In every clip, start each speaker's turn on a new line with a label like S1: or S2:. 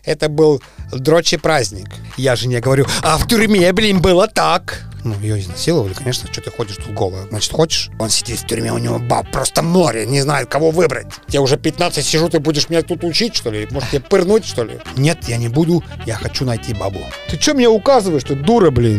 S1: Это был дрочий праздник. Я жене говорю, а в тюрьме, было так. Ее изнасиловали, конечно, что ты ходишь тут голая. Значит, хочешь? Он сидит в тюрьме, у него баб просто море, не знает, кого выбрать. Я уже 15 сижу, ты будешь меня тут учить, что ли? Может, тебе пырнуть, что ли? Нет, я не буду, я хочу найти бабу. Ты что мне указываешь, ты дура, блин?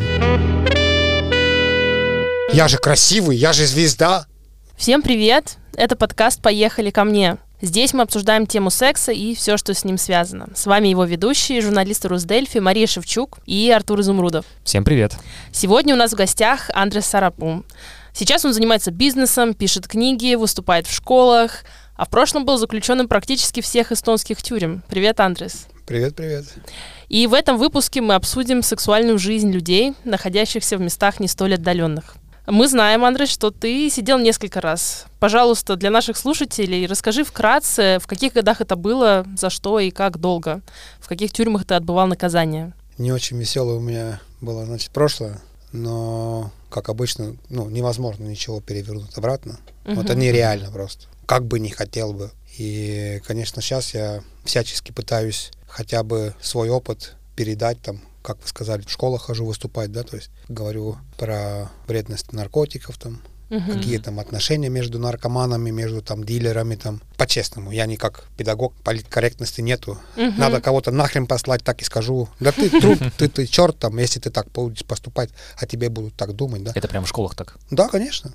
S1: Я же красивый, я же звезда.
S2: Всем привет! Это подкаст «Поехали ко мне». Здесь мы обсуждаем тему секса и все, что с ним связано. С вами его ведущие, журналисты Русдельфи Мария Шевчук и Артур Изумрудов.
S3: Всем привет.
S2: Сегодня у нас в гостях Андрес Сарапу. Сейчас он занимается бизнесом, пишет книги, выступает в школах, а в прошлом был заключенным практически всех эстонских тюрем. Привет, Андрес.
S1: Привет.
S2: И в этом выпуске мы обсудим сексуальную жизнь людей, находящихся в местах не столь отдаленных. Мы знаем, Андрей, что ты сидел несколько раз. Пожалуйста, для наших слушателей расскажи вкратце, в каких годах это было, за что и как долго, в каких тюрьмах ты отбывал наказание.
S1: Не очень веселое у меня было, прошлое, но, как обычно, невозможно ничего перевернуть обратно. Это нереально просто. Как бы не хотел бы. И, конечно, сейчас я всячески пытаюсь хотя бы свой опыт передать там, как вы сказали, в школах хожу выступать, да, то есть говорю про вредность наркотиков, там, какие там отношения между наркоманами, между там дилерами, там, по-честному, я не как педагог, политкорректности нету, надо кого-то нахрен послать, так и скажу, да ты труп, ты черт, там, если ты так будешь поступать, о тебе будут так думать, да.
S3: Это прямо в школах так?
S1: Да, конечно.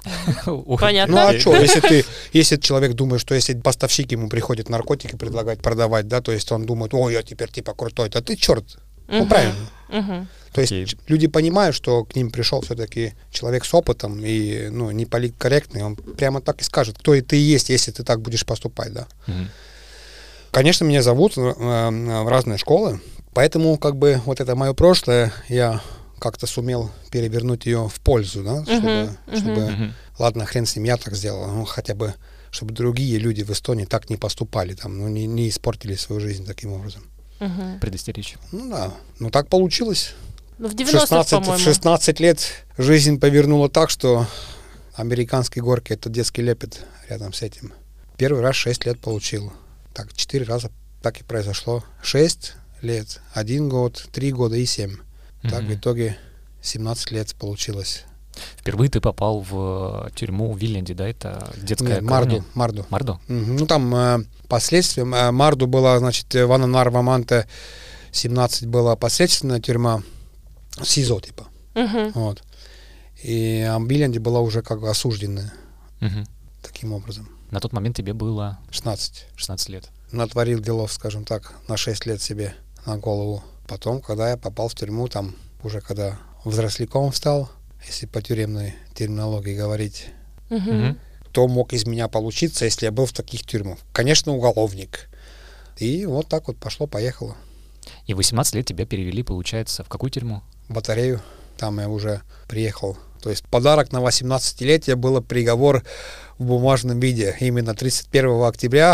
S2: Понятно.
S1: А что, если человек думает, что если поставщик ему приходит наркотики предлагать продавать, да, то есть он думает, ой, я теперь типа крутой, да ты черт. Правильно. То есть люди понимают, что к ним пришел все-таки человек с опытом и не политкорректный, он прямо так и скажет, кто ты есть, если ты так будешь поступать, да. Конечно, меня зовут в разные школы, поэтому как бы вот это мое прошлое, я как-то сумел перевернуть ее в пользу, да, чтобы ладно, хрен с ним, я так сделал, хотя бы, чтобы другие люди в Эстонии так не поступали, там, не испортили свою жизнь таким образом.
S3: Предостеречь.
S1: Да. Так получилось.
S2: В 90-х, по-моему.
S1: В 16 лет жизнь повернула так, что американские горки — это детский лепет рядом с этим. Первый раз 6 лет получил. Так, 4 раза так и произошло. 6 лет, 1 год, 3 года и 7. Так, в итоге 17 лет получилось.
S3: Впервые ты попал в тюрьму в Виленде, да? Это детская
S1: колония?
S3: Марду. Марду?
S1: Там последствия. Марду была, Вананарваманте 17 была последственная тюрьма, СИЗО типа. Вот. И в Виленде была уже как бы осужденная. Таким образом.
S3: На тот момент тебе было
S1: 16
S3: лет.
S1: Натворил делов, скажем так, на 6 лет себе на голову. Потом, когда я попал в тюрьму, там уже когда взросляком стал, если по тюремной терминологии говорить, кто мог из меня получиться, если я был в таких тюрьмах? Конечно, уголовник. И вот так вот пошло-поехало.
S3: И 18 лет тебя перевели, получается, в какую тюрьму?
S1: В Батарею. Там я уже приехал. То есть подарок на 18-летие был приговор в бумажном виде. Именно 31 октября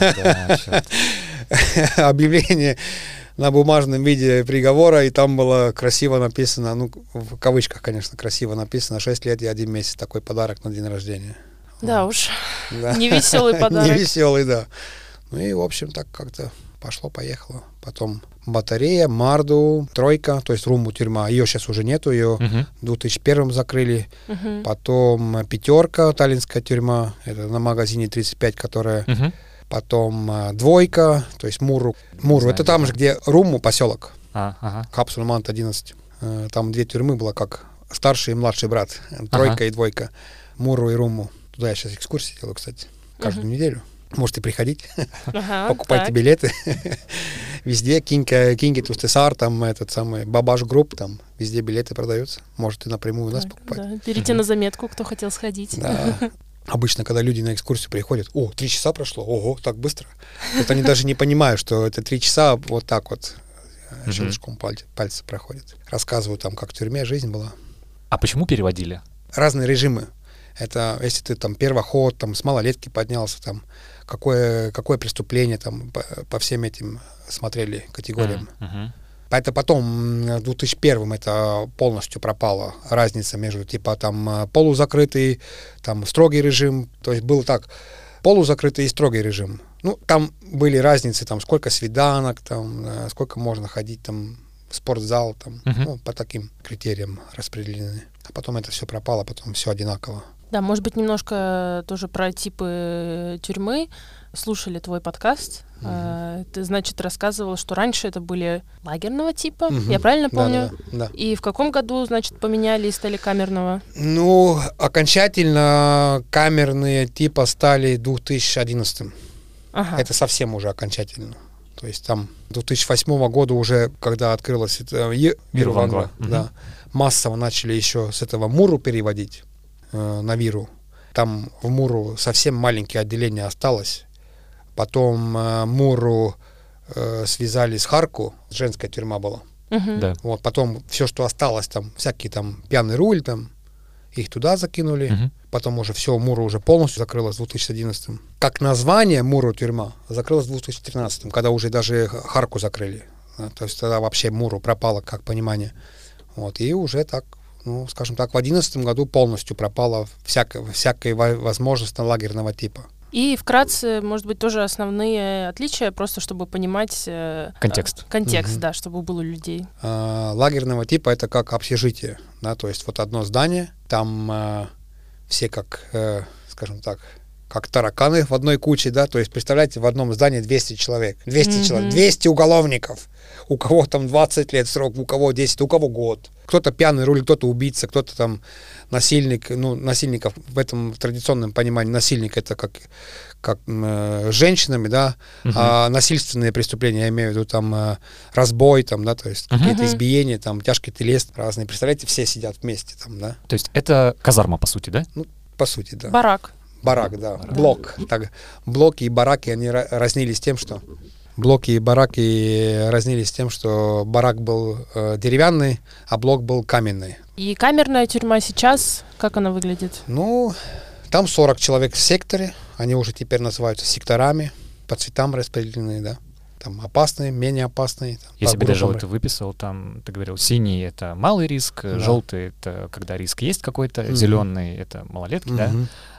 S1: объявление на бумажном виде приговора, и там было красиво написано, в кавычках, конечно, красиво написано, 6 лет и 1 месяц, такой подарок на день рождения.
S2: Да уж, невеселый подарок.
S1: Невеселый, да. И, в общем, так как-то пошло-поехало. Потом Батарея, Марду, Тройка, то есть Руму тюрьма, ее сейчас уже нету, ее в 2001 закрыли. Потом Пятерка, таллинская тюрьма, это на магазине 35, которая... Потом Двойка, то есть Муру. Знаю, это там же, где Руму поселок. Капсульмант 11. Там 2 тюрьмы было, как старший и младший брат. Тройка и Двойка. Муру и Руму. Туда я сейчас экскурсии делаю, кстати, каждую неделю. Можете приходить, покупайте билеты. Везде Кинги Тустесар, там этот самый Бабаш Групп, там везде билеты продаются. Можете напрямую у нас покупать.
S2: Берите на заметку, кто хотел сходить.
S1: Да. Обычно, когда люди на экскурсию приходят, 3 часа прошло, ого, так быстро. Вот они даже не понимают, что это 3 часа вот так вот щелчком пальца проходят. Рассказывают там, как в тюрьме жизнь была.
S3: А почему переводили?
S1: Разные режимы. Это если ты там первоход, там с малолетки поднялся, там какое преступление, там по всем этим смотрели категориям. Это потом, в 2001 это полностью пропала разница между типа там полузакрытый, там строгий режим. То есть был так, полузакрытый и строгий режим. Ну, там были разницы, там, сколько свиданок, там, сколько можно ходить, там, в спортзал, там, ну, по таким критериям распределены. А потом это все пропало, потом все одинаково.
S2: Да, может быть, немножко тоже про типы тюрьмы. Слушали твой подкаст. Ты, значит, рассказывал, что раньше это были лагерного типа. Я правильно помню?
S1: Да.
S2: И в каком году, значит, поменяли и стали камерного?
S1: Ну, окончательно камерные типа стали 2011.
S2: Ага.
S1: Это совсем уже окончательно. То есть там 2008 года уже, когда открылась Виру-Вангла, да, массово начали еще с этого Муру переводить на Виру. Там в Муру совсем маленькие отделения осталось. Потом Муру связали с Харку, женская тюрьма была.
S3: Да.
S1: Вот, потом все, что осталось, там всякие там пьяный руль, там, их туда закинули. Потом уже все, Муру уже полностью закрылось в 2011. Как название Муру тюрьма закрылось в 2013, когда уже даже Харку закрыли. То есть тогда вообще Муру пропало как понимание. Вот, и уже так, ну, скажем так, в 2011 году полностью пропала всякая возможность лагерного типа.
S2: И вкратце, может быть, тоже основные отличия, просто чтобы понимать...
S3: Контекст.
S2: Контекст, да, чтобы был у людей.
S1: Лагерного типа это как общежитие, да, то есть вот одно здание, там все как, скажем так, как тараканы в одной куче, да, то есть, представляете, в одном здании 200 человек, 200 человек, 200 уголовников, у кого там 20 лет срок, у кого 10, у кого год. Кто-то пьяный руль, кто-то убийца, кто-то там насильник, ну, насильников в этом традиционном понимании, насильник это как женщинами, да, а насильственные преступления, я имею в виду там разбой, там, да, то есть какие-то избиения, там, тяжкий телес разные, представляете, все сидят вместе там, да.
S3: То есть это казарма, по сути, да?
S1: Ну, по сути, да.
S2: Барак.
S1: Барак, да. Блок. Так, блоки и бараки, они разнились тем, что... Блоки и бараки разнились тем, что барак был деревянный, а блок был каменный.
S2: И камерная тюрьма сейчас, как она выглядит?
S1: Ну, там 40 человек в секторе, они уже теперь называются секторами, по цветам распределены, да. Там опасные, менее опасные. Там,
S3: я себе даже вот выписал, там, ты говорил, синий — это малый риск, да. Желтый — это когда риск есть какой-то, зеленый — это малолетки, да,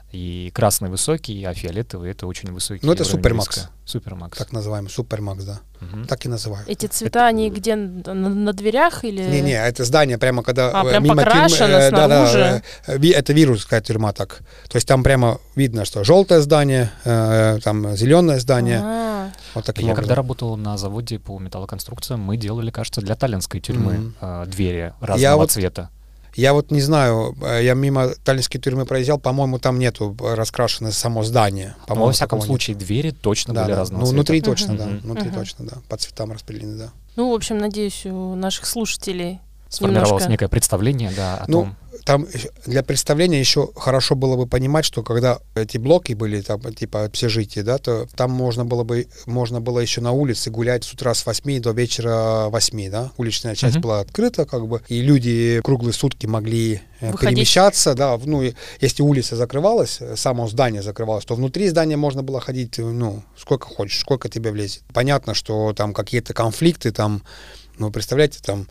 S3: и красный — высокий, а фиолетовый — это очень высокий.
S1: Ну, это супермакс.
S3: Супермакс.
S1: Так называемый супермакс, да. Так и называют.
S2: Эти цвета, они где, на дверях или...
S1: Не-не, это здание прямо когда...
S2: прям покрашено снаружи?
S1: Да, это вирусская тюрьма так. То есть там прямо видно, что желтое здание, там зеленое здание. Вот таким
S3: Я
S1: образом.
S3: когда работал на заводе по металлоконструкциям, мы делали, кажется, для таллинской тюрьмы двери разного цвета.
S1: Я вот не знаю, я мимо таллинской тюрьмы проезжал, по-моему, там нету раскрашено само здание.
S3: Но, во всяком случае, двери точно были разного цвета.
S1: Внутри точно, да. Внутри точно, да. По цветам распределены, да.
S2: Ну, в общем, надеюсь, у наших слушателей
S3: сформировалось некое представление, да, о том...
S1: Там для представления еще хорошо было бы понимать, что когда эти блоки были, там, типа общежития, да, то там можно было еще на улице гулять с утра с 8 до вечера 8, да. Уличная часть была открыта, как бы, и люди круглые сутки могли перемещаться, да. Ну, если улица закрывалась, само здание закрывалось, то внутри здания можно было ходить, ну, сколько хочешь, сколько тебе влезет. Понятно, что там какие-то конфликты, там, ну, представляете, там,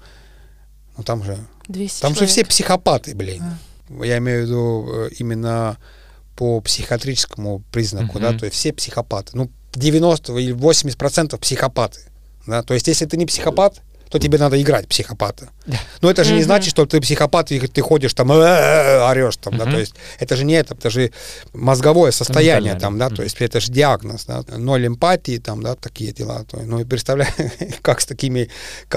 S1: ну, там же
S2: человек.
S1: Все психопаты, блин. Я имею в виду именно по психиатрическому признаку, да, то есть все психопаты. Ну, 90 или 80% психопаты, да, то есть если ты не психопат, то тебе надо играть психопата. Но это же не значит, что ты психопат, и ты ходишь там, орешь там, да, то есть это же не это же мозговое состояние там, да, то есть это же диагноз, да, ноль эмпатии там, да, такие дела. Ну и представляю, как с такими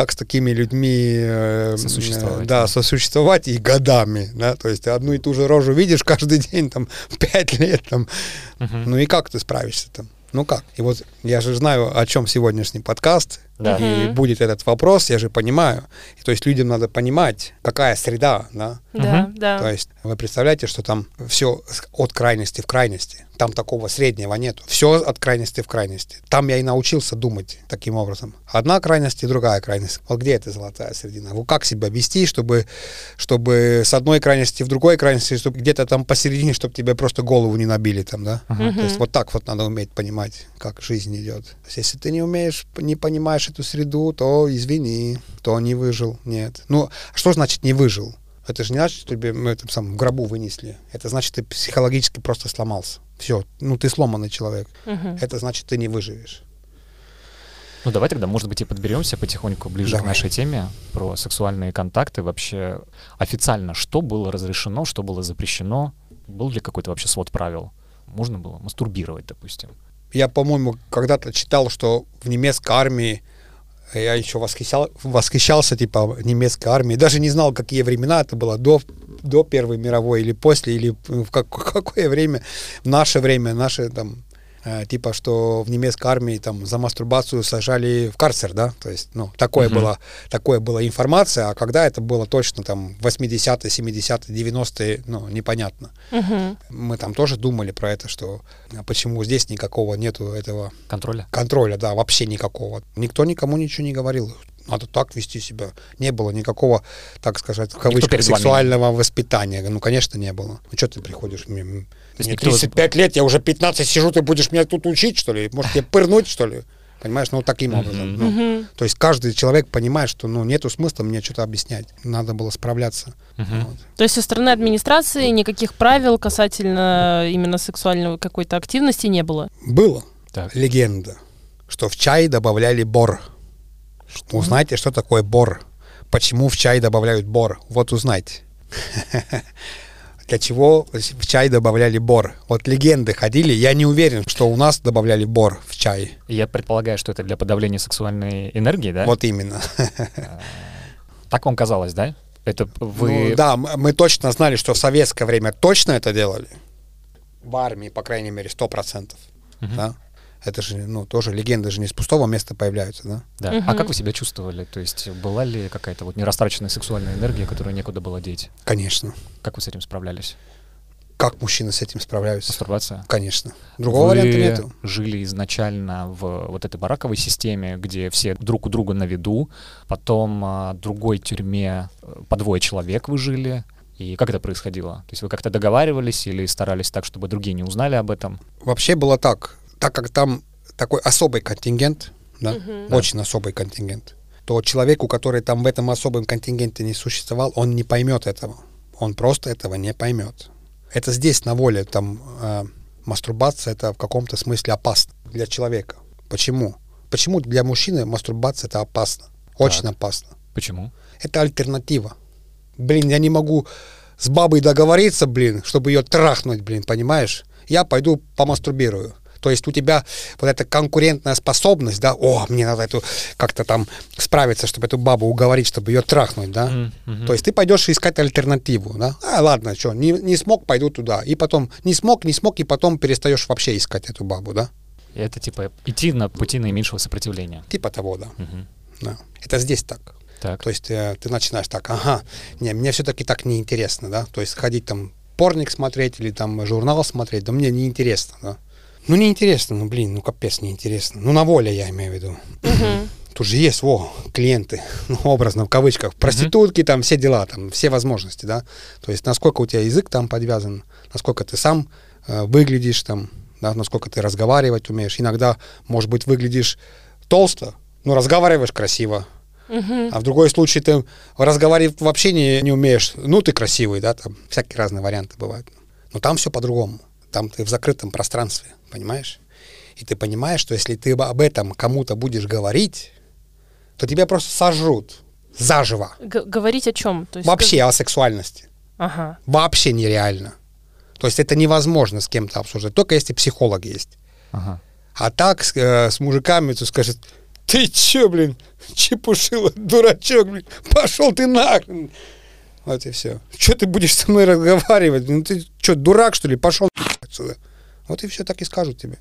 S1: людьми сосуществовать и годами, да, то есть одну и ту же рожу видишь каждый день, там, 5 лет, там, ну и как ты справишься там? Ну как? И вот я же знаю, о чем сегодняшний подкаст, и будет этот вопрос, я же понимаю. И, то есть людям надо понимать, какая среда, да?
S2: Да.
S1: То есть вы представляете, что там все от крайности в крайности. Там такого среднего нету. Все от крайности в крайности. Там я и научился думать таким образом. Одна крайность и другая крайность. Вот где эта золотая середина? Вот как себя вести, чтобы с одной крайности в другой крайности, чтобы где-то там посередине, чтобы тебе просто голову не набили там, да? То есть вот так вот надо уметь понимать, как жизнь идет. То есть, если ты не умеешь, не понимаешь эту среду, то извини, то не выжил. Нет. Ну, что значит не выжил? Это же не значит, что тебе мы в гробу вынесли. Это значит, ты психологически просто сломался. Все, ты сломанный человек. Это значит, ты не выживешь.
S3: Ну, давай тогда, может быть, и подберемся потихоньку ближе к нашей теме про сексуальные контакты. Вообще официально что было разрешено, что было запрещено? Был ли какой-то вообще свод правил? Можно было мастурбировать, допустим?
S1: Я, по-моему, когда-то читал, что в немецкой армии я еще восхищался, немецкой армией. Даже не знал, какие времена это было, до Первой мировой или после, или в какое время, в наше время, что в немецкой армии за мастурбацию сажали в карцер, да, то есть, такое была информация, а когда это было точно 80-е, 70-е, 90-е, непонятно. Мы тоже думали про это, что почему здесь никакого нету этого... Контроля, да, вообще никакого. Никто никому ничего не говорил. Надо так вести себя. Не было никакого, так сказать, в кавычках, сексуального воспитания. Конечно, не было. Что ты приходишь мне 35 лет, я уже 15 сижу, ты будешь меня тут учить, что ли? Может, тебе пырнуть, что ли? Понимаешь, таким образом. То есть каждый человек понимает, что нету смысла мне что-то объяснять. Надо было справляться. Вот.
S2: То есть со стороны администрации никаких правил касательно именно сексуальной какой-то активности не было?
S1: Было. Легенда, что в чай добавляли бор. Узнайте, что такое бор. Почему в чай добавляют бор? Вот узнайте. Для чего в чай добавляли бор? Вот легенды ходили. Я не уверен, что у нас добавляли бор в чай.
S3: Я предполагаю, что это для подавления сексуальной энергии, да?
S1: Вот именно.
S3: Так вам казалось, да? Это вы...
S1: Да, мы точно знали, что в советское время точно это делали. В армии, по крайней мере, 100%. Да? Это же, тоже легенды же не с пустого места появляются, да?
S3: Да. А как вы себя чувствовали? То есть была ли какая-то нерастраченная сексуальная энергия, которую некуда было деть?
S1: Конечно.
S3: Как вы с этим справлялись?
S1: Как мужчины с этим справляются?
S3: Мастурбация?
S1: Конечно. Другого варианта нету.
S3: Вы жили изначально в вот этой бараковой системе, где все друг у друга на виду, потом в другой тюрьме по 2 человек вы жили. И как это происходило? То есть вы как-то договаривались или старались так, чтобы другие не узнали об этом?
S1: Вообще было так. Так как там такой особый контингент, да, очень особый контингент, то человеку, который там в этом особом контингенте не существовал, он не поймет этого. Он просто этого не поймет. Это здесь на воле, мастурбация это в каком-то смысле опасно для человека. Почему? Почему для мужчины мастурбация это опасно? Очень опасно.
S3: Почему?
S1: Это альтернатива. Я не могу с бабой договориться, чтобы ее трахнуть, понимаешь? Я пойду помастурбирую. То есть у тебя вот эта конкурентная способность, да, мне надо как-то справиться, чтобы эту бабу уговорить, чтобы ее трахнуть, да. То есть ты пойдешь искать альтернативу, да. Ладно, что, не смог, пойду туда. И потом не смог, и потом перестаешь вообще искать эту бабу, да.
S3: И это идти на пути наименьшего сопротивления.
S1: Типа того, да. Да. Это здесь так. То есть ты начинаешь так, мне все-таки так неинтересно, да. То есть ходить порник смотреть или журнал смотреть, да мне неинтересно, да. Неинтересно, капец неинтересно. На воле я имею в виду. Тут же есть, клиенты, образно, в кавычках, проститутки, все дела, все возможности, да. То есть насколько у тебя язык подвязан, насколько ты сам выглядишь да, насколько ты разговаривать умеешь. Иногда, может быть, выглядишь толсто, но разговариваешь красиво. А в другой случай ты разговаривать вообще не умеешь. Ты красивый, да, всякие разные варианты бывают. Но там все по-другому. Там ты в закрытом пространстве, понимаешь? И ты понимаешь, что если ты об этом кому-то будешь говорить, то тебя просто сожрут заживо.
S2: Говорить о чем? То есть
S1: вообще о сексуальности.
S2: Ага.
S1: Вообще нереально. То есть это невозможно с кем-то обсуждать, только если психолог есть.
S3: Ага.
S1: А так с мужиками ты скажешь, ты че, чепушила, дурачок, пошел ты нахрен. Вот и все. Че ты будешь со мной разговаривать? Ты что, дурак, что ли? Пошел отсюда. Вот и все, так и скажут тебе.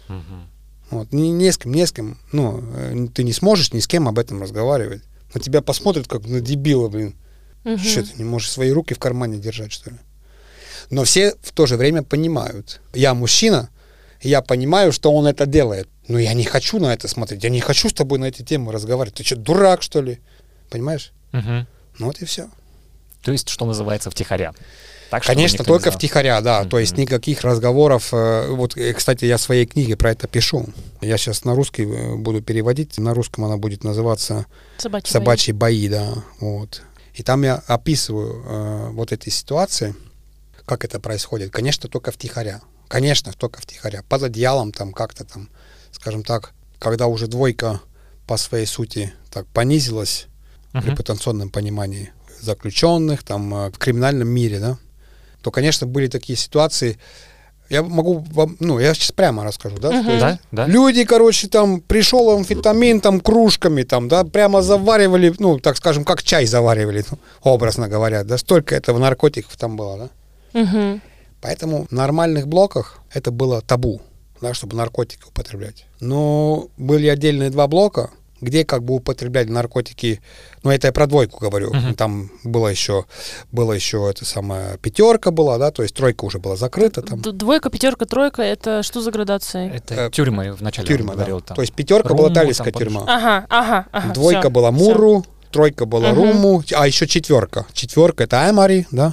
S1: Вот. Не с кем. Ты не сможешь ни с кем об этом разговаривать. На тебя посмотрят, как на дебила, Что, ты не можешь свои руки в кармане держать, что ли? Но все в то же время понимают. Я мужчина, и я понимаю, что он это делает. Но я не хочу на это смотреть. Я не хочу с тобой на эти темы разговаривать. Ты что, дурак, что ли? Понимаешь? Вот и все.
S3: То есть, что называется, втихаря. Так,
S1: конечно, только втихаря, да. То есть никаких разговоров. Вот, кстати, я в своей книге про это пишу. Я сейчас на русский буду переводить. На русском она будет называться «Собачьи бои», да. Вот. И там я описываю вот эти ситуации, как это происходит. Конечно, только втихаря. Конечно, только втихаря. Под одеялом там как-то там, скажем так, когда уже двойка по своей сути так понизилась в репутационном понимании заключенных, там, в криминальном мире, да, то, конечно, были такие ситуации. Я могу вам, я сейчас прямо расскажу, да? То есть
S3: Да.
S1: люди, короче, там, пришел амфетамин, там, кружками, там, да, прямо заваривали, так скажем, как чай заваривали, образно говоря, да, столько этого наркотиков там было, да. Поэтому в нормальных блоках это было табу, да, чтобы наркотики употреблять. Но были отдельные 2 блока, где как бы употребляли наркотики, это я про двойку говорю, там было еще это самое, 5 была, да, то есть 3 уже была закрыта. Там.
S2: 2, 5, 3, это что за градация?
S3: Это тюрьмы вначале
S1: тюрьма,
S3: говорил.
S1: Да.
S3: Там.
S1: То есть 5 была талийская тюрьма.
S2: Ага.
S1: 2 была Мурру, 3 была Руму, а еще 4. 4 это Аймари, да.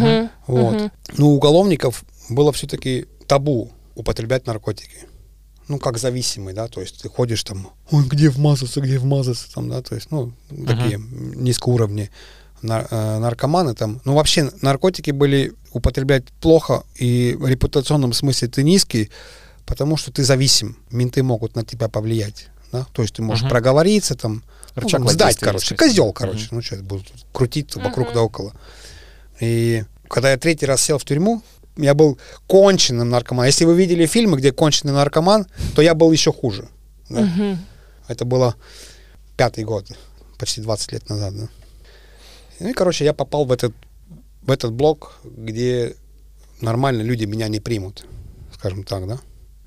S1: Вот. У уголовников было все-таки табу употреблять наркотики. Как зависимый, да, то есть ты ходишь там, ой, где вмазаться, там, да, то есть, такие низкоуровневые наркоманы там. Вообще наркотики были употреблять плохо, и в репутационном смысле ты низкий, потому что ты зависим, менты могут на тебя повлиять, да, то есть ты можешь проговориться там, сдать, короче, козел, короче, сейчас будут крутиться вокруг да около. И когда я 3-й раз сел в тюрьму, я был конченным наркоманом. Если вы видели фильмы, где конченый наркоман, то я был еще хуже. Да? Это было 5-й год, почти 20 лет назад. Да? И, я попал в этот блок, где нормально люди меня не примут, скажем так, да.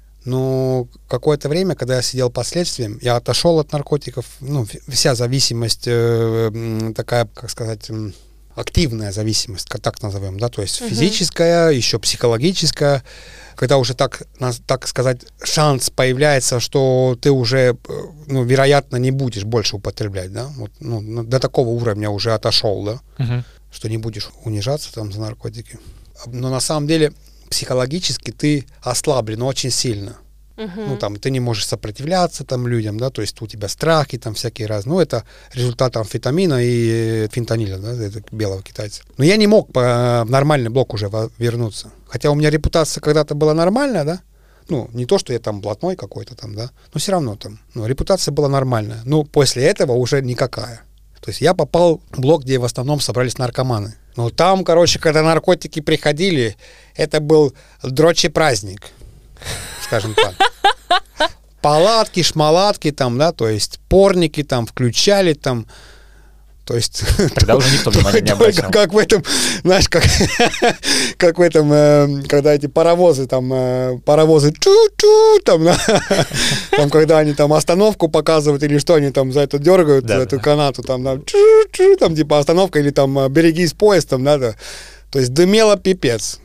S1: Но какое-то время, когда я сидел под следствием, я отошел от наркотиков, вся зависимость такая, как сказать, активная зависимость, так назовем, да, то есть физическая, еще психологическая, когда уже так сказать, шанс появляется, что ты уже, вероятно, не будешь больше употреблять, да, до такого уровня уже отошел, да, что не будешь унижаться там за наркотики. Но на самом деле психологически ты ослаблен очень сильно. Там ты не можешь сопротивляться там людям, да, то есть у тебя страхи там всякие разные. Это результат амфетамина и фентаниля, да, это белого китайца. Но я не мог в нормальный блок уже вернуться. Хотя у меня репутация когда-то была нормальная, да, не то, что я там блатной какой-то там, да, но все равно там, репутация была нормальная. Но после этого уже никакая. То есть я попал в блок, где в основном собрались наркоманы. Но там, когда наркотики приходили, это был дрочий праздник, скажем так. Палатки, шмалатки там, да, то есть порники там включали там, то есть...
S3: Тогда уже никто внимания не обращал.
S1: Как в этом, знаешь, как в этом, когда эти паровозы чу-чу, там, там, когда они там остановку показывают или что, они там за это дергают, за эту канату, там, чу-чу, там, типа остановка или там берегись поезд, там, да, то есть дымело пипец.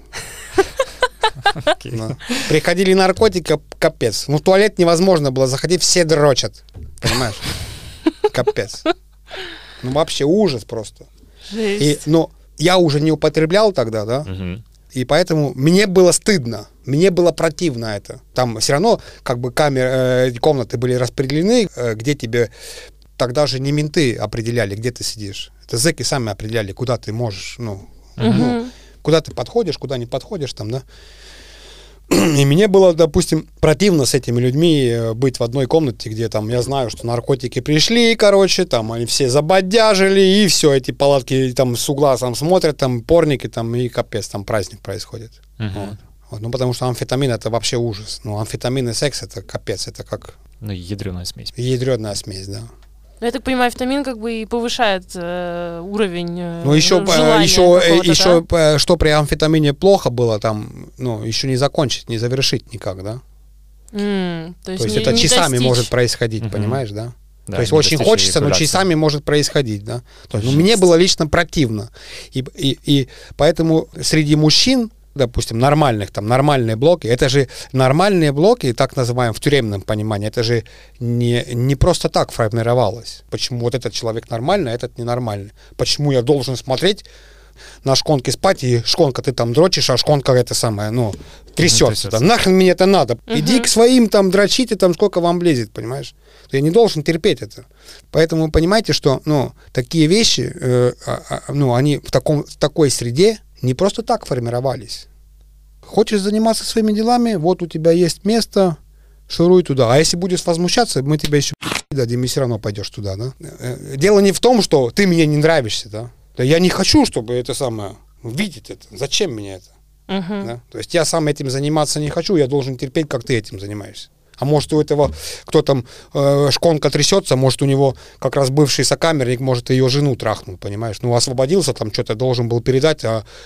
S1: Приходили наркотики, капец. В туалет невозможно было заходить, все дрочат. Понимаешь? Капец. Вообще ужас просто.
S2: Жесть.
S1: Я уже не употреблял тогда, да? И поэтому мне было стыдно. Мне было противно это. Там все равно комнаты были распределены, где тебе тогда же не менты определяли, где ты сидишь. Это зэки сами определяли, куда ты можешь, куда ты подходишь, куда не подходишь, там, да. И мне было, допустим, противно с этими людьми быть в одной комнате, где там я знаю, что наркотики пришли, там они все забодяжили, и все, эти палатки там с угла там смотрят, там порники, там и капец, там праздник происходит. Потому что амфетамин это вообще ужас. Амфетамин и секс это капец, это как...
S3: ядреная смесь.
S1: Ядреная смесь, да.
S2: Я так понимаю, амфетамин и повышает уровень
S1: еще что при амфетамине плохо было, там, еще не закончить, не завершить никак, да? То есть это часами достичь. Может происходить, понимаешь, да? То есть очень хочется, но часами может происходить, да? То есть, мне было лично противно. И поэтому среди мужчин, допустим, нормальные блоки, это же нормальные блоки, так называемые в тюремном понимании, это же не просто так формировалось. Почему вот этот человек нормальный, а этот ненормальный? Почему я должен смотреть на шконке спать, и шконка ты там дрочишь, а шконка это самое, трясется. Да, нахрен мне это надо? Иди к своим там дрочите, там сколько вам влезет, понимаешь? Я не должен терпеть это. Поэтому вы понимаете, что, такие вещи, они в такой среде не просто так формировались. Хочешь заниматься своими делами, вот у тебя есть место, шуруй туда. А если будешь возмущаться, мы тебя еще дадим, и все равно пойдешь туда, да? Дело не в том, что ты мне не нравишься, да? Да я не хочу, чтобы это самое, видеть это. Зачем мне это? Да? То есть я сам этим заниматься не хочу, я должен терпеть, как ты этим занимаешься. А может, у этого, кто там, шконка трясется, может, у него как раз бывший сокамерник, может, ее жену трахнул, понимаешь? Освободился, там что-то должен был передать,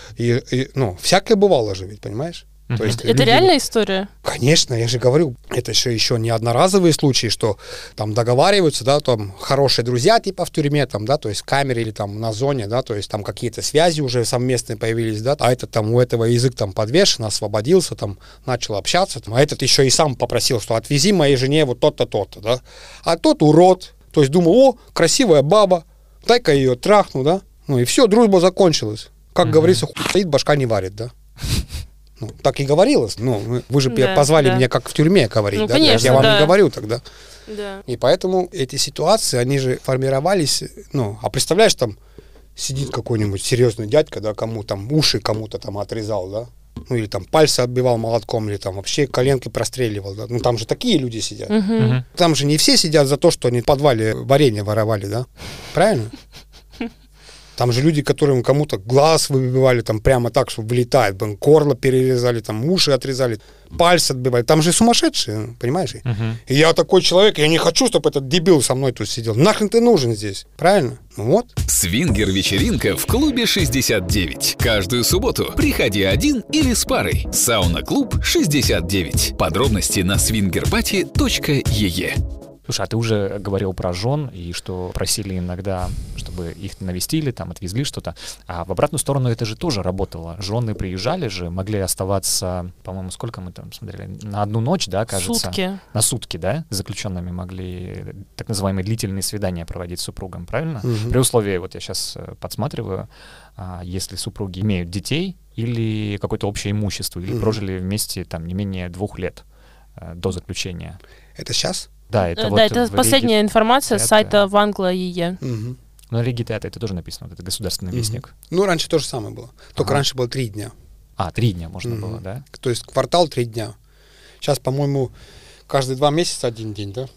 S1: всякое бывало же ведь, понимаешь? То есть
S2: это реальная история?
S1: Конечно, я же говорю, это еще не одноразовые случаи, что там договариваются, да, там хорошие друзья типа в тюрьме, там, да, то есть в камере или там на зоне, да, то есть там какие-то связи уже совместные появились, да, а этот там у этого язык там подвешен, освободился, там начал общаться, там, а этот еще и сам попросил, что отвези моей жене вот то-то, то-то, да, а тот урод, то есть думал, красивая баба, дай-ка ее трахну, да, и все, дружба закончилась. Как говорится, хуй стоит, башка не варит, да. Так и говорилось. Вы же позвали меня как в тюрьме говорить, да?
S2: Конечно,
S1: я вам не говорю тогда.
S2: Да.
S1: И поэтому эти ситуации, они же формировались, а представляешь, там сидит какой-нибудь серьезный дядька, да, кому там уши кому-то там отрезал, да, или там пальцы отбивал молотком, или там вообще коленки простреливал, да, там же такие люди сидят. Там же не все сидят за то, что они в подвале варенье воровали, да, правильно? Там же люди, которым кому-то глаз выбивали там прямо так, что вылетает, горло перерезали, там уши отрезали, пальцы отбивали. Там же сумасшедшие, понимаешь? И я такой человек, я не хочу, чтобы этот дебил со мной тут сидел. Нахрен ты нужен здесь, правильно? Вот.
S4: Свингер-вечеринка в клубе 69. Каждую субботу приходи один или с парой. Сауна-клуб 69. Подробности на swingerparty.ee.
S3: Слушай, а ты уже говорил про жен, и что просили иногда, чтобы их навестили, там, отвезли что-то. А в обратную сторону это же тоже работало. Жены приезжали же, могли оставаться, по-моему, сколько мы там смотрели? На одну ночь, да, кажется?
S2: Сутки.
S3: На сутки, да? С заключенными могли так называемые длительные свидания проводить с супругом, правильно? При условии, вот я сейчас подсматриваю, если супруги имеют детей или какое-то общее имущество, или прожили вместе там не менее 2 лет до заключения.
S1: Это сейчас?
S3: Да, это
S2: это последняя информация с сайта Вангла.ee.
S3: Но на Риге Театра это тоже написано, вот это государственный вестник.
S1: Раньше то же самое было. Только раньше было 3 дня.
S3: 3 дня можно было, да?
S1: То есть квартал 3 дня. Сейчас, по-моему, каждые 2 месяца 1 день, да?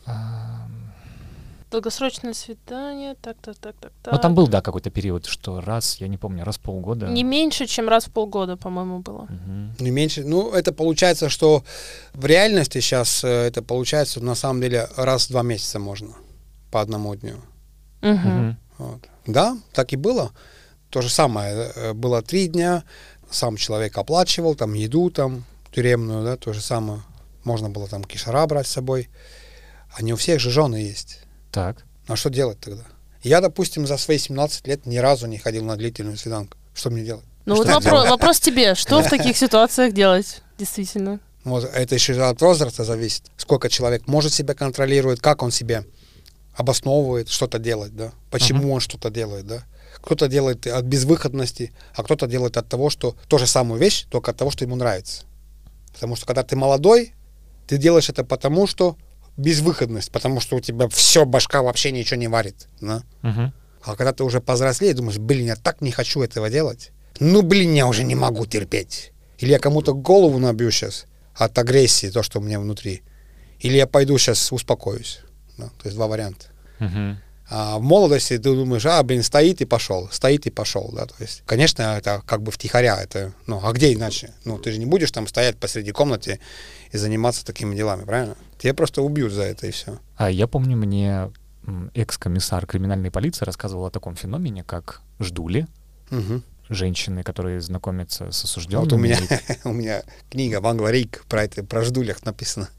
S2: Долгосрочное свидание, так.
S3: Ну, там был, да, какой-то период, что раз, я не помню, раз в полгода.
S2: Не меньше, чем раз в полгода, по-моему, было.
S1: Не меньше. Это получается, что в реальности сейчас это получается, на самом деле, раз в 2 месяца можно по 1 дню. Вот. Да, так и было. То же самое. Было 3 дня, сам человек оплачивал, там, еду там, тюремную, да, то же самое. Можно было там кишара брать с собой. А не у всех же жены есть.
S3: Так.
S1: А что делать тогда? Я, допустим, за свои 17 лет ни разу не ходил на длительную свиданку. Что мне делать?
S2: Вопрос тебе. Что в таких ситуациях делать, действительно?
S1: Это еще от возраста зависит. Сколько человек может себя контролировать, как он себе обосновывает что-то делать, да? Почему он что-то делает, да? Кто-то делает от безвыходности, а кто-то делает от того, что... То же самую вещь, только от того, что ему нравится. Потому что когда ты молодой, ты делаешь это потому, что безвыходность, потому что у тебя все, башка вообще ничего не варит. Да? А когда ты уже повзрослее, думаешь, я так не хочу этого делать. Я уже не могу терпеть. Или я кому-то голову набью сейчас от агрессии, то, что у меня внутри. Или я пойду сейчас успокоюсь. Да? То есть 2 варианта. А в молодости ты думаешь, стоит и пошел. Да? То есть, конечно, это как бы втихаря. Это, а где иначе? Ты же не будешь там стоять посреди комнаты и заниматься такими делами, правильно? Тебя просто убьют за это, и все.
S3: Я помню, мне экс-комиссар криминальной полиции рассказывал о таком феномене, как ждули. Женщины, которые знакомятся с осужденными.
S1: Вот у меня книга «Вангла-Рик» про ждулях написано.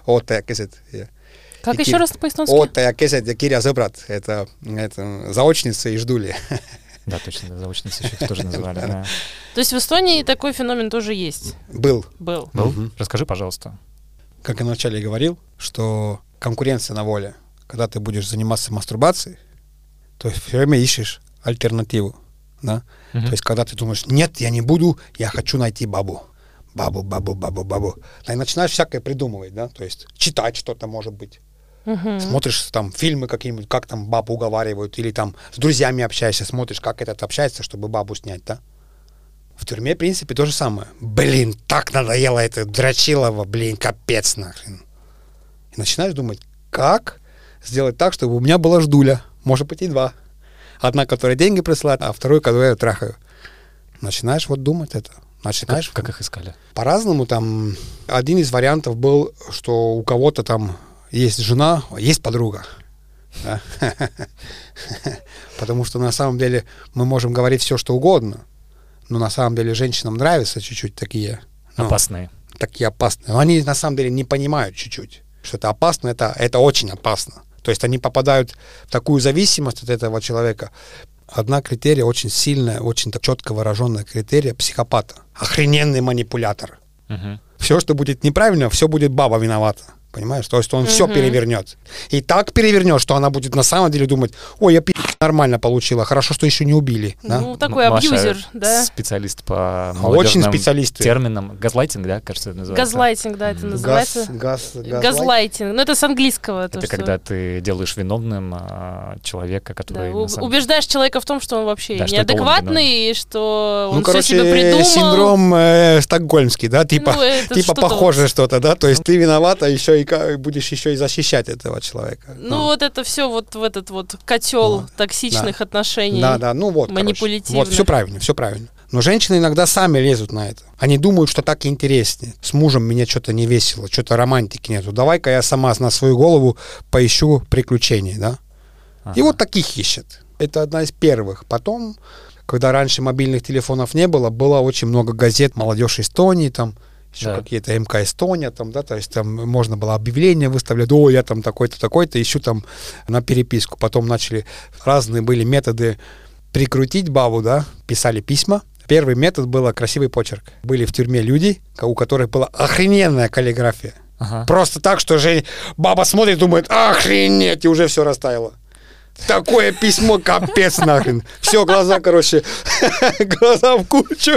S2: Как еще раз по-эстонски?
S1: Ootaja keset ja kirja sõbrad. Это заочницы и ждули.
S3: Да, точно, заочницы еще их тоже называли. Да.
S2: То есть в Эстонии такой феномен тоже есть?
S1: Был.
S3: Расскажи, пожалуйста.
S1: Как я вначале говорил, что конкуренция на воле. Когда ты будешь заниматься мастурбацией, то все время ищешь альтернативу. Да? То есть, когда ты думаешь, нет, я не буду, я хочу найти бабу. Бабу. И начинаешь всякое придумывать, да, то есть читать что-то, может быть. Смотришь там фильмы какие-нибудь, как там бабу уговаривают, или там с друзьями общаешься, смотришь, как этот общается, чтобы бабу снять, да. В тюрьме, в принципе, то же самое. Блин, так надоело это Дрочилово, блин, капец нахрен. И начинаешь думать, как сделать так, чтобы у меня была ждуля, может быть и 2. Одна, которая деньги присылает, а вторую, которую я трахаю. Начинаешь вот думать это. Начинаешь...
S3: Как их искали?
S1: По-разному. Там один из вариантов был, что у кого-то там есть жена, есть подруга. Да? Потому что на самом деле мы можем говорить все, что угодно, но на самом деле женщинам нравятся чуть-чуть такие...
S3: Опасные.
S1: Такие опасные. Но они на самом деле не понимают чуть-чуть, что это опасно, это очень опасно. То есть они попадают в такую зависимость от этого человека. Одна критерия очень сильная, очень так четко выраженная критерия психопата. Охрененный манипулятор. Все, что будет неправильно, все будет баба виновата. Понимаешь? То есть он все перевернет. И так перевернет, что она будет на самом деле думать, ой, я нормально получила, хорошо, что еще не убили. Да?
S2: Ну, такой абьюзер, да?
S3: Специалист по
S1: очень специалисты.
S3: терминам. Газлайтинг, да, кажется, это называется?
S2: Газлайтинг, да, это называется. Газлайтинг. Ну, это с английского.
S3: Это когда ты делаешь виновным человека, который...
S2: Убеждаешь человека в том, что он вообще неадекватный, и что он все себе придумал.
S1: Синдром стокгольмский, да, типа похоже что-то, да, то есть ты виновата, еще и будешь еще и защищать этого человека.
S2: Ну, вот это все вот в этот вот котел токсичных отношений.
S1: Да, ну вот,
S2: манипулятивных.
S1: Вот, все правильно. Но женщины иногда сами лезут на это. Они думают, что так интереснее. С мужем мне что-то не весело, что-то романтики нету. Давай-ка я сама на свою голову поищу приключений, да. И вот таких ищет. Это одна из первых. Потом, когда раньше мобильных телефонов не было, было очень много газет «Молодежь Эстонии», там, еще какие-то МК Эстония, там, да, то есть там можно было объявление выставлять, о, я там такой-то, такой-то, ищу там на переписку. Потом начали, разные были методы прикрутить бабу, да, писали письма. Первый метод был красивый почерк. Были в тюрьме люди, у которых была охрененная каллиграфия. Просто так, что баба смотрит, думает, охренеть, и уже все растаяло. Такое письмо, капец нахрен. Все, глаза, короче, глаза в кучу.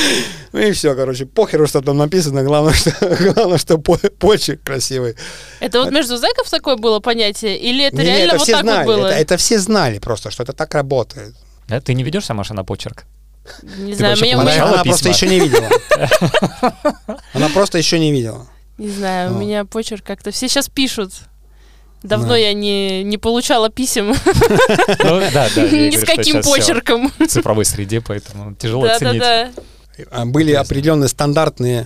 S1: И все, короче, похеру, что там написано, главное, что почерк красивый.
S2: Это вот между зэков такое было понятие? Или это реально
S1: это
S2: вот
S1: все
S2: так
S1: знали,
S2: вот было?
S1: Это все знали просто, что это так работает.
S3: Да? Ты не ведешься, Маша, на почерк?
S2: Не знаю,
S1: она просто еще не видела. Она просто еще не видела.
S2: Не знаю, у меня почерк как-то... Все сейчас пишут. Давно я не получала писем. Ни с каким почерком.
S3: В цифровой среде, поэтому тяжело оценить.
S1: Были определенные стандартные,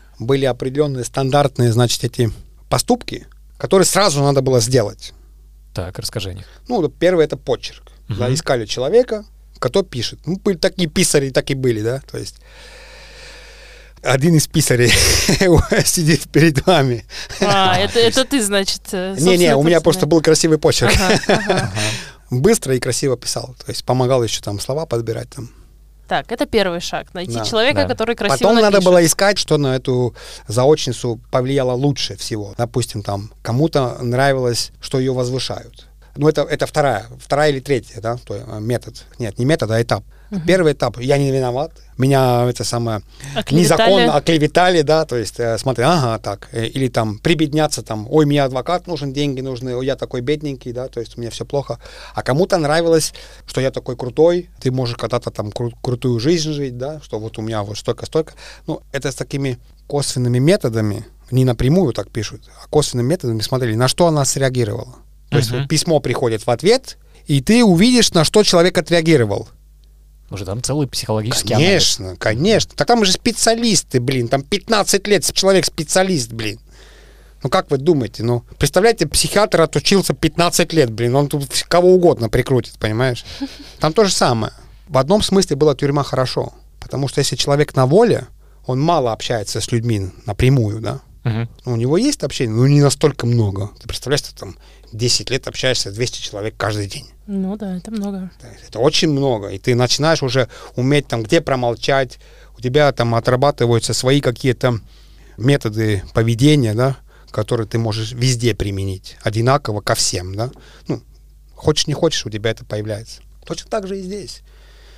S1: значит, эти поступки, которые сразу надо было сделать.
S3: Так, расскажи о них.
S1: Ну, первый — это почерк. Да, искали человека, который пишет. Ну, были такие писари, так и были, да, то есть один из писарей сидит перед вами.
S2: Это ты, значит,
S1: Не, у меня просто был красивый почерк. Быстро и красиво писал, то есть помогал еще там слова подбирать там.
S2: Так, это первый шаг. Найти человека, который красиво
S1: Потом
S2: напишет.
S1: надо было искать, что на эту заочницу повлияло лучше всего. Допустим, там кому-то нравилось, что ее возвышают. Ну, это вторая или третья, да, метод. Нет, не метод, а этап. Первый этап, я не виноват, меня незаконно оклеветали, да, то есть смотри, так, или там прибедняться, там, ой, мне адвокат нужен, деньги нужны, ой, я такой бедненький, да, то есть у меня все плохо. А кому-то нравилось, что я такой крутой, ты можешь когда-то там крутую жизнь жить, да, что вот у меня вот столько. Ну, это с такими косвенными методами, не напрямую так пишут, а косвенными методами смотрели, на что она среагировала. То есть письмо приходит в ответ, и ты увидишь, на что человек отреагировал.
S3: Уже там целый психологический анализ.
S1: Конечно. Так там же специалисты, блин. Там 15 лет человек специалист, блин. Ну как вы думаете? Ну, представляете, психиатр отучился 15 лет, блин. Он тут кого угодно прикрутит, понимаешь? Там то же самое. В одном смысле была тюрьма хорошо. Потому что если человек на воле, он мало общается с людьми напрямую, да? У него есть общение, но не настолько много. Ты представляешь, ты там 10 лет общаешься с 200 человек каждый день.
S2: Ну да, это много.
S1: Это очень много. И ты начинаешь уже уметь там где промолчать, у тебя там отрабатываются свои какие-то методы поведения, да, которые ты можешь везде применить, одинаково ко всем, да. Ну, хочешь не хочешь, у тебя это появляется. Точно так же и здесь.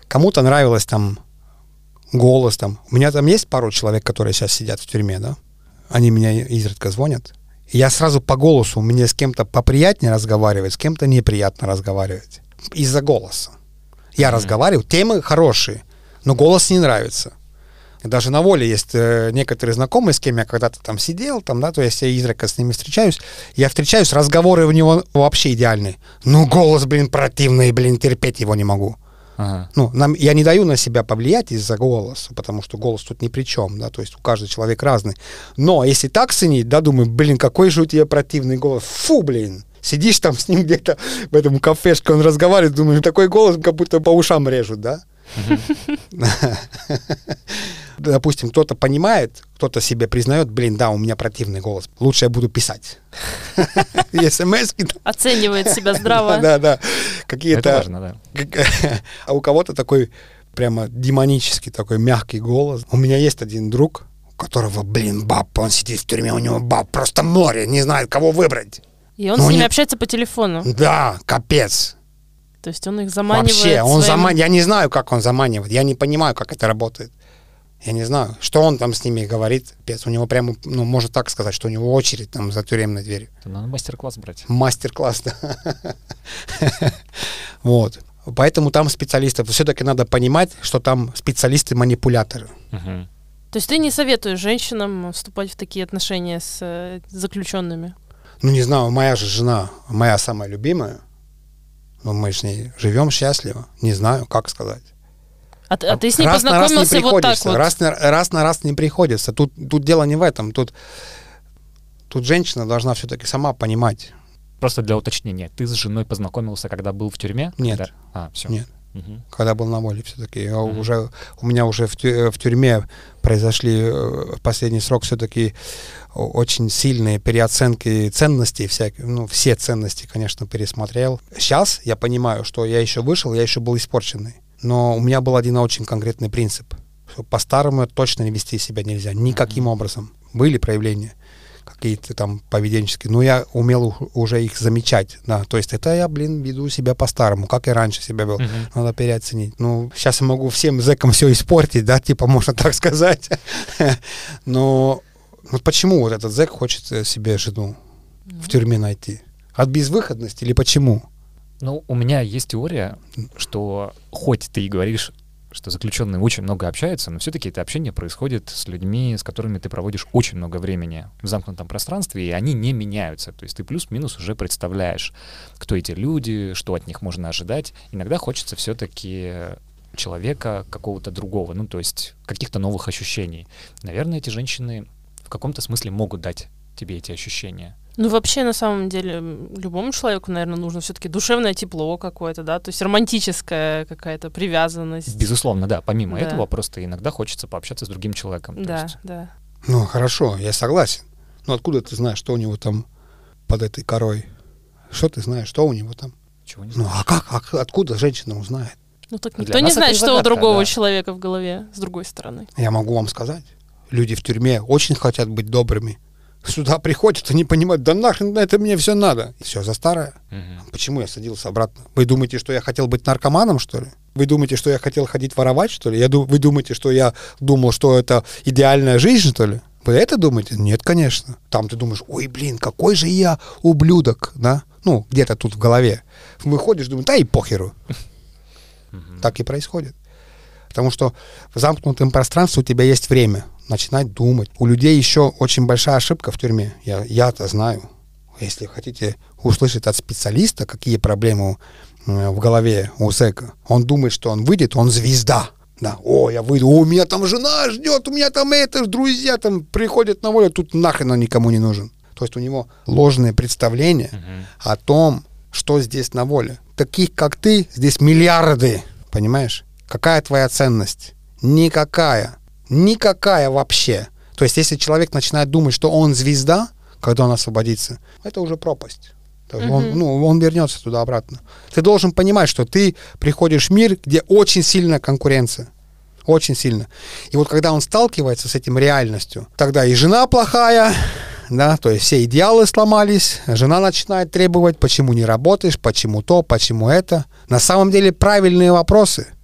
S1: Кому-то нравилось там голос там. У меня там есть пару человек, которые сейчас сидят в тюрьме, да? Они меня изредка звонят. И я сразу по голосу, мне с кем-то поприятнее разговаривать, с кем-то неприятно разговаривать. Из-за голоса. Я разговариваю, темы хорошие, но голос не нравится. Даже на воле есть некоторые знакомые, с кем я когда-то там сидел, там, да, то есть я изредка с ними встречаюсь. Я встречаюсь, разговоры у него вообще идеальные. Но голос, противный, терпеть его не могу.
S3: Ага.
S1: Ну, я не даю на себя повлиять из-за голоса, потому что голос тут ни при чем, да, то есть у каждого человек разный. Но если так ценить, да, думаю, какой же у тебя противный голос. Фу, сидишь там с ним где-то в этом кафешке, он разговаривает, думаю, такой голос, как будто по ушам режут, да? Допустим, кто-то понимает, кто-то себе признает, да, у меня противный голос, лучше я буду писать. СМС-ки.
S2: Оценивает себя здраво.
S1: Да. Какие-то...
S3: Это важно, да.
S1: А у кого-то такой прямо демонический, такой мягкий голос. У меня есть один друг, у которого, баб, он сидит в тюрьме, у него баб просто море, не знает, кого выбрать.
S2: И он с ними общается по телефону.
S1: Да, капец.
S2: То есть он их заманивает.
S1: Вообще, я не знаю, как он заманивает, я не понимаю, как это работает. Я не знаю, что он там с ними говорит. У него прямо, можно так сказать, что у него очередь там за тюремной дверью.
S3: Это надо мастер-класс брать.
S1: Мастер-класс, да. Вот. Поэтому там специалистов все-таки надо понимать, что там специалисты-манипуляторы.
S2: То есть ты не советуешь женщинам вступать в такие отношения с заключенными?
S1: Не знаю, моя же жена, моя самая любимая. Мы с ней живем счастливо. Не знаю, как сказать.
S2: А ты с ней познакомился вот так вот?
S1: Раз на раз не приходится. Тут дело не в этом. Тут женщина должна все-таки сама понимать.
S3: Просто для уточнения. Ты с женой познакомился, когда был в тюрьме?
S1: Нет.
S3: Все.
S1: Нет. Когда был на воле все-таки. У меня уже в тюрьме произошли в последний срок все-таки очень сильные переоценки ценностей всяких. Все ценности, конечно, пересмотрел. Сейчас я понимаю, что я еще вышел, я еще был испорченный. Но у меня был один очень конкретный принцип. Что по-старому точно не вести себя нельзя. Никаким образом. Были проявления какие-то там поведенческие, но я умел уже их замечать. Да. То есть это я, веду себя по-старому, как и раньше себя вел. Надо переоценить. Сейчас я могу всем зэкам все испортить, да, можно так сказать. Но почему вот этот зэк хочет себе жену в тюрьме найти? От безвыходности или почему?
S3: У меня есть теория, что хоть ты и говоришь, что заключенные очень много общаются, но все-таки это общение происходит с людьми, с которыми ты проводишь очень много времени в замкнутом пространстве, и они не меняются. То есть ты плюс-минус уже представляешь, кто эти люди, что от них можно ожидать. Иногда хочется все-таки человека какого-то другого, то есть каких-то новых ощущений. Наверное, эти женщины в каком-то смысле могут дать тебе эти ощущения.
S2: Вообще, на самом деле, любому человеку, наверное, нужно все-таки душевное тепло какое-то, да, то есть романтическая какая-то привязанность.
S3: Безусловно, да. Помимо этого, просто иногда хочется пообщаться с другим человеком.
S2: Да.
S1: Хорошо, я согласен. Откуда ты знаешь, что у него там под этой корой? Что ты знаешь, что у него там?
S3: Чего не знаешь?
S1: Откуда женщина узнает?
S2: Так никто не знает, что у другого человека в голове, с другой стороны.
S1: Я могу вам сказать. Люди в тюрьме очень хотят быть добрыми. Сюда приходят, они понимают, да нахрен это мне все надо. И все за старое. Почему я садился обратно? Вы думаете, что я хотел быть наркоманом, что ли? Вы думаете, что я хотел ходить воровать, что ли? Вы думаете, что я думал, что это идеальная жизнь, что ли? Вы это думаете? Нет, конечно. Там ты думаешь, ой, какой же я ублюдок, да? Где-то тут в голове. Выходишь, думаешь, да и похеру. Так и происходит. Потому что в замкнутом пространстве у тебя есть время начинать думать. У людей еще очень большая ошибка в тюрьме. Я-то знаю. Если хотите услышать от специалиста, какие проблемы в голове у зэка, он думает, что он выйдет, он звезда. Да, я выйду, у меня там жена ждет, у меня там друзья там приходят на волю, тут нахрен он никому не нужен. То есть у него ложные представления о том, что здесь на воле. Таких, как ты, здесь миллиарды, понимаешь? Какая твоя ценность? Никакая. Никакая вообще. То есть, если человек начинает думать, что он звезда, когда он освободится, это уже пропасть. Он вернется туда-обратно. Ты должен понимать, что ты приходишь в мир, где очень сильная конкуренция. Очень сильно. И вот когда он сталкивается с этим реальностью, тогда и жена плохая, да, то есть все идеалы сломались, жена начинает требовать, почему не работаешь, почему то, почему это. На самом деле правильные вопросы.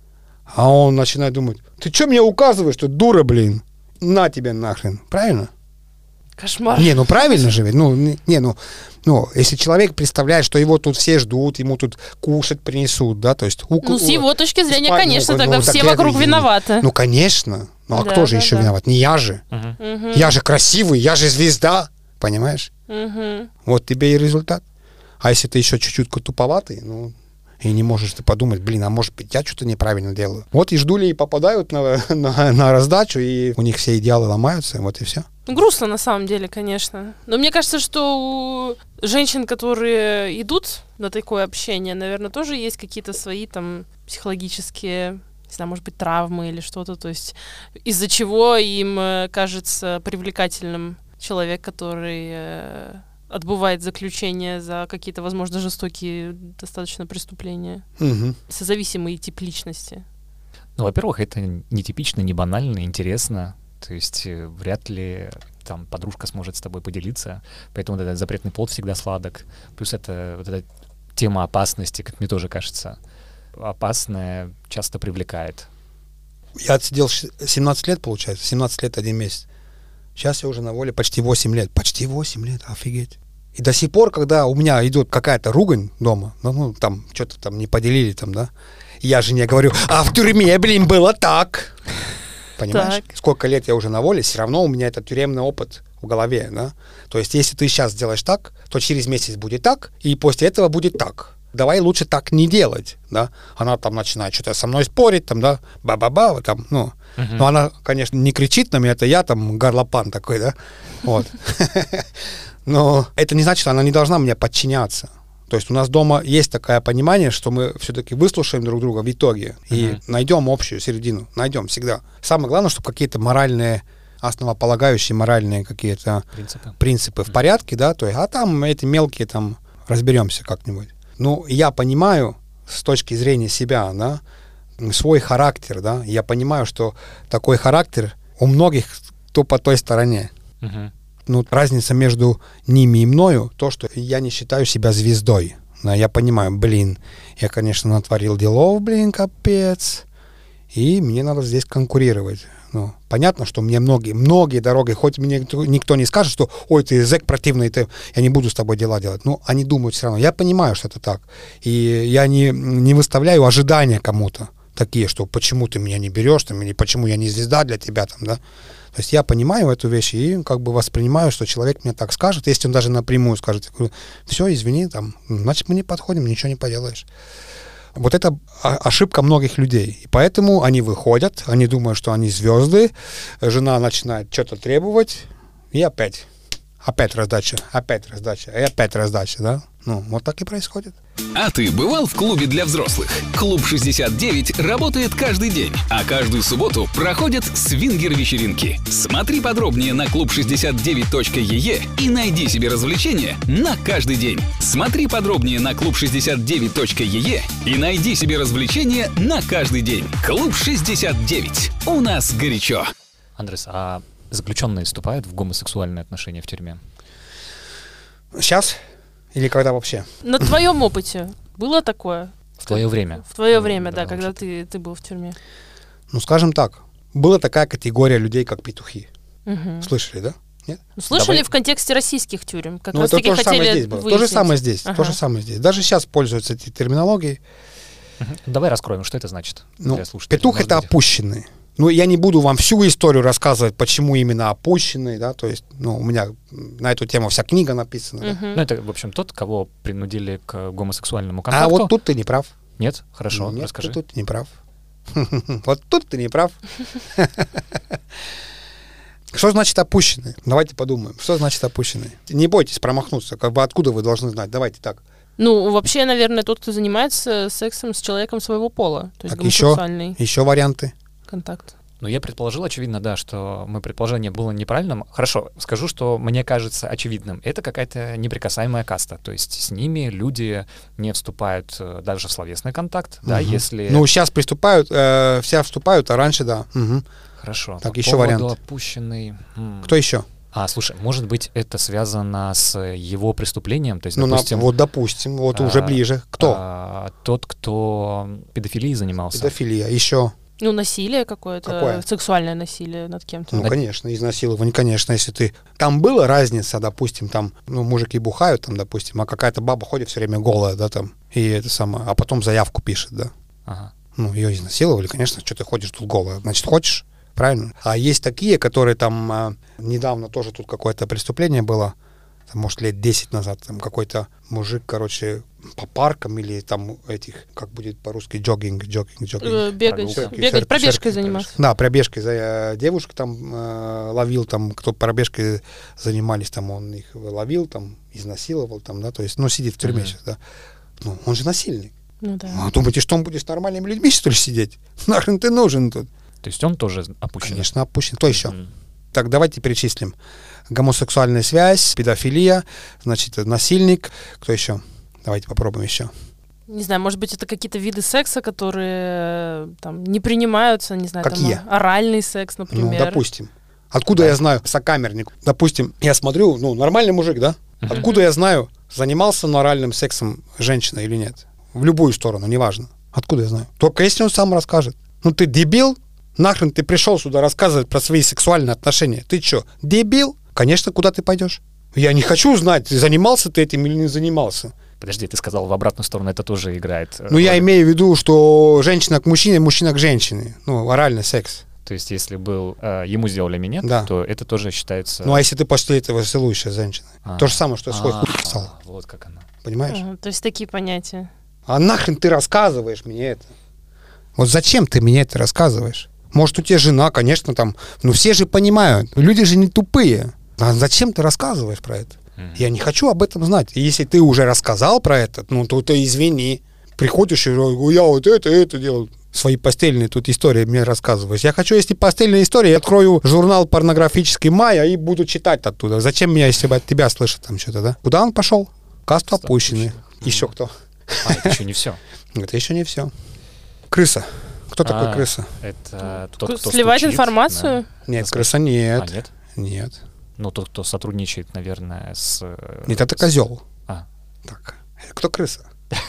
S1: А он начинает думать, ты что мне указываешь, ты дура, блин? На тебе нахрен. Правильно?
S2: Кошмар.
S1: Не, ну правильно же ведь. Ну, если человек представляет, что его тут все ждут, ему тут кушать принесут, да, то есть...
S2: Ну, с его точки зрения,
S1: спать,
S2: конечно, тогда все вокруг виноваты.
S1: Ну, конечно. Ну, а
S2: Да,
S1: кто же
S2: да,
S1: еще
S2: да.
S1: виноват? Не я же. Я же красивый, я же звезда. Понимаешь? Вот тебе и результат. А если ты еще чуть-чуть туповатый, ну... И не можешь ты подумать, блин, а может быть, я что-то неправильно делаю. Вот и ждули и попадают на раздачу, и у них все идеалы ломаются, вот и все.
S2: Грустно на самом деле, конечно. Но мне кажется, что у женщин, которые идут на такое общение, наверное, тоже есть какие-то свои там психологические, не знаю, может быть, травмы или что-то, то есть из-за чего им кажется привлекательным человек, который... отбывает заключение за какие-то, возможно, жестокие достаточно преступления. Созависимый тип личности.
S3: Ну, во-первых, это нетипично, не банально, интересно. То есть вряд ли там подружка сможет с тобой поделиться. Поэтому этот запретный плод всегда сладок. Плюс это вот эта тема опасности, как мне тоже кажется, опасная, часто привлекает.
S1: Я отсидел 17 лет, получается, 17 лет 1 месяц. Сейчас я уже на воле почти 8 лет. Почти 8 лет, офигеть. И до сих пор, когда у меня идет какая-то ругань дома, ну там, что-то там не поделили там, да, я жене говорю, а в тюрьме, блин, было так. Понимаешь?
S2: Так.
S1: Сколько лет я уже на воле, все равно у меня это тюремный опыт в голове, да. То есть, если ты сейчас сделаешь так, то через месяц будет так, и после этого будет так. Давай лучше так не делать, да. Она там начинает что-то со мной спорить, там, да, ба-ба-ба, там, ну. Но она, конечно, не кричит на меня, это я там горлопан такой, да, вот. Но это не значит, что она не должна мне подчиняться. То есть у нас дома есть такое понимание, что мы все-таки выслушаем друг друга в итоге и найдем общую середину, найдем всегда. Самое главное, чтобы какие-то моральные, основополагающие моральные какие-то принципы в порядке, да, то есть, а там эти мелкие там разберемся как-нибудь. Ну, я понимаю с точки зрения себя, да, свой характер, да, я понимаю, что такой характер у многих, кто по той стороне. Ну, разница между ними и мною, то, что я не считаю себя звездой. Да, я понимаю, блин, я, конечно, натворил делов, блин, капец, и мне надо здесь конкурировать. Ну, понятно, что мне многие дороги, хоть мне никто не скажет, что, ой, ты зэк противный, я не буду с тобой дела делать. Ну, они думают все равно. Я понимаю, что это так. И я не выставляю ожидания кому-то такие, что почему ты меня не берешь, там, или почему я не звезда для тебя, там, да. То есть я понимаю эту вещь и как бы воспринимаю, что человек мне так скажет, если он даже напрямую скажет, все, извини, там, значит, мы не подходим, ничего не поделаешь. Вот это ошибка многих людей. И поэтому они выходят, они думают, что они звезды, жена начинает что-то требовать, и опять раздача, и опять раздача, да? Ну, вот так и происходит.
S4: А ты бывал в клубе для взрослых? Клуб 69 работает каждый день, а каждую субботу проходят свингер-вечеринки. Смотри подробнее на клуб69.ee и найди себе развлечения на каждый день. Смотри подробнее на клуб69.ee и найди себе развлечения на каждый день. Клуб 69. У нас горячо.
S3: Андрес, а заключенные вступают в гомосексуальные отношения в тюрьме?
S1: Сейчас? Или когда вообще?
S2: На твоем опыте было такое?
S3: В твое время.
S2: В твое время, да, когда ты был в тюрьме.
S1: Ну, скажем так, была такая категория людей, как петухи. Слышали, да? Нет?
S2: Слышали в контексте российских тюрем? Как
S1: ну,
S2: раз
S1: это
S2: таки
S1: то же самое
S2: хотели
S1: здесь было.
S2: выяснить.
S1: То же самое здесь. То же самое здесь. Даже сейчас пользуются этой терминологией.
S3: Давай раскроем, что это значит для слушателей.
S1: Петух — это опущенный. Ну, я не буду вам всю историю рассказывать, почему именно опущенный, да, то есть, ну, у меня на эту тему вся книга написана. Да?
S3: Ну, это, в общем, тот, кого принудили к гомосексуальному контакту.
S1: А вот тут ты не прав.
S3: Нет? Хорошо,
S1: Нет,
S3: расскажи.
S1: тут ты не прав. Вот тут ты не прав. Что значит опущенный? Давайте подумаем. Что значит опущенный? Не бойтесь промахнуться. Как бы откуда вы должны знать? Давайте так.
S2: Ну, вообще, наверное, тот, кто занимается сексом с человеком своего пола. То есть гомосексуальный
S1: еще варианты.
S2: контакт.
S3: Ну, я предположил, очевидно, да, что мое предположение было неправильным. Хорошо, скажу, что мне кажется очевидным. Это какая-то неприкасаемая каста. То есть с ними люди не вступают даже в словесный контакт, да, если...
S1: Ну, сейчас приступают, все вступают, а раньше, да.
S3: Хорошо.
S1: Так,
S3: по
S1: еще
S3: поводу
S1: вариант.
S3: опущенный...
S1: Кто еще?
S3: Слушай, может быть, это связано с его преступлением? То есть,
S1: Ну,
S3: допустим,
S1: допустим, вот уже ближе. Кто?
S3: Тот, кто педофилией занимался.
S1: Педофилия. Еще.
S2: Ну, насилие какое-то,
S1: Какое?
S2: сексуальное насилие над кем-то.
S1: Ну, конечно, изнасилование, конечно, если ты... Там была разница, допустим, там, мужики бухают, там, допустим, а какая-то баба ходит все время голая, да, там, и это самое, а потом заявку пишет, да.
S3: Ага.
S1: Ну, ее изнасиловали, конечно, что ты ходишь тут голая, значит, хочешь, правильно? А есть такие, которые там, недавно тоже тут какое-то преступление было, там, может, лет 10 назад, там, какой-то мужик, короче, по паркам или там этих, как будет по-русски, джогинг.
S2: Бегать, пробежкой заниматься.
S1: Да, пробежкой девушек там ловил, там, кто пробежкой занимались, там, он их ловил, там, изнасиловал, там, да, то есть, сидит в тюрьме сейчас, да. Ну, он же насильник.
S2: Ну, да.
S1: А думаете, что он будет с нормальными людьми, что ли, сидеть? Нахрен ты нужен тут?
S3: То есть он тоже опущен?
S1: Конечно, опущен. Кто еще? Так, давайте перечислим. Гомосексуальная связь, педофилия, значит, насильник. Кто еще? Давайте попробуем еще.
S2: Не знаю, может быть, это какие-то виды секса, которые там не принимаются, не знаю,
S1: Какие?
S2: Там оральный секс, например.
S1: Ну, допустим. Откуда я знаю, сокамерник? Допустим, я смотрю, нормальный мужик, да? Откуда я знаю, занимался он оральным сексом женщина или нет? В любую сторону, неважно. Откуда я знаю? Только если он сам расскажет. Ну, ты дебил? Нахрен ты пришел сюда рассказывать про свои сексуальные отношения? Ты что, дебил? Конечно, куда ты пойдешь? Я не хочу знать, занимался ты этим или не занимался.
S3: Подожди, ты сказал, в обратную сторону это тоже играет
S1: роль. Я имею в виду, что женщина к мужчине, мужчина к женщине. Оральный секс.
S3: То есть, если был ему сделали минет,
S1: да,
S3: то это тоже считается...
S1: Ну, а если ты после этого целуешься с женщиной? То же самое, что свой хуй писал.
S3: Вот как оно.
S1: Понимаешь?
S2: То есть такие понятия.
S1: А нахрен ты рассказываешь мне это? Вот зачем ты мне это рассказываешь? Может, у тебя жена, конечно, там... все же понимают. Люди же не тупые. А зачем ты рассказываешь про это? Я не хочу об этом знать. И если ты уже рассказал про это, то ты извини. Приходишь и говоришь, я вот это делал. Свои постельные тут истории мне рассказываешь. Я хочу, если постельные истории, я открою журнал порнографический «Майя» и буду читать оттуда. Зачем мне, если бы от тебя слышать там что-то, да? Куда он пошел? Касту опущенный. Еще кто?
S3: Это еще не все.
S1: Это еще не все. Крыса. Кто такой крыса?
S3: Это тот, кто
S2: сливать
S3: стучит,
S2: информацию?
S3: Да.
S1: Нет, крыса нет.
S3: Нет?
S1: Нет.
S3: Ну, тот, кто сотрудничает, наверное, с...
S1: Нет, это козел.
S3: Так.
S1: Кто крыса?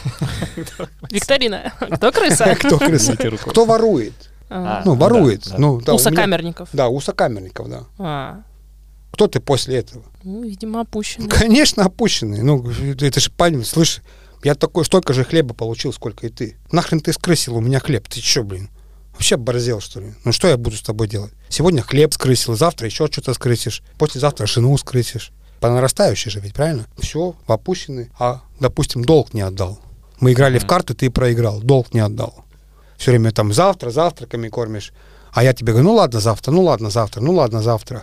S2: Викторина. Кто крыса?
S1: Кто крыса? Кто ворует? Ворует.
S2: У сокамерников.
S1: Да, у сокамерников, да. Кто ты после этого?
S2: Видимо, опущенный.
S1: Конечно, опущенный. Это же, парень, слышь, я столько же хлеба получил, сколько и ты. Нахрен ты скрысил у меня хлеб? Ты что, блин? Вообще оборзел, что ли? Что я буду с тобой делать? Сегодня хлеб скрысил, завтра еще что-то скрысишь, послезавтра жену скрысишь. По нарастающей же ведь, правильно? Все, опущенный. А, допустим, долг не отдал. Мы играли в карты, ты проиграл, долг не отдал. Все время там завтраками кормишь. А я тебе говорю, ладно, завтра.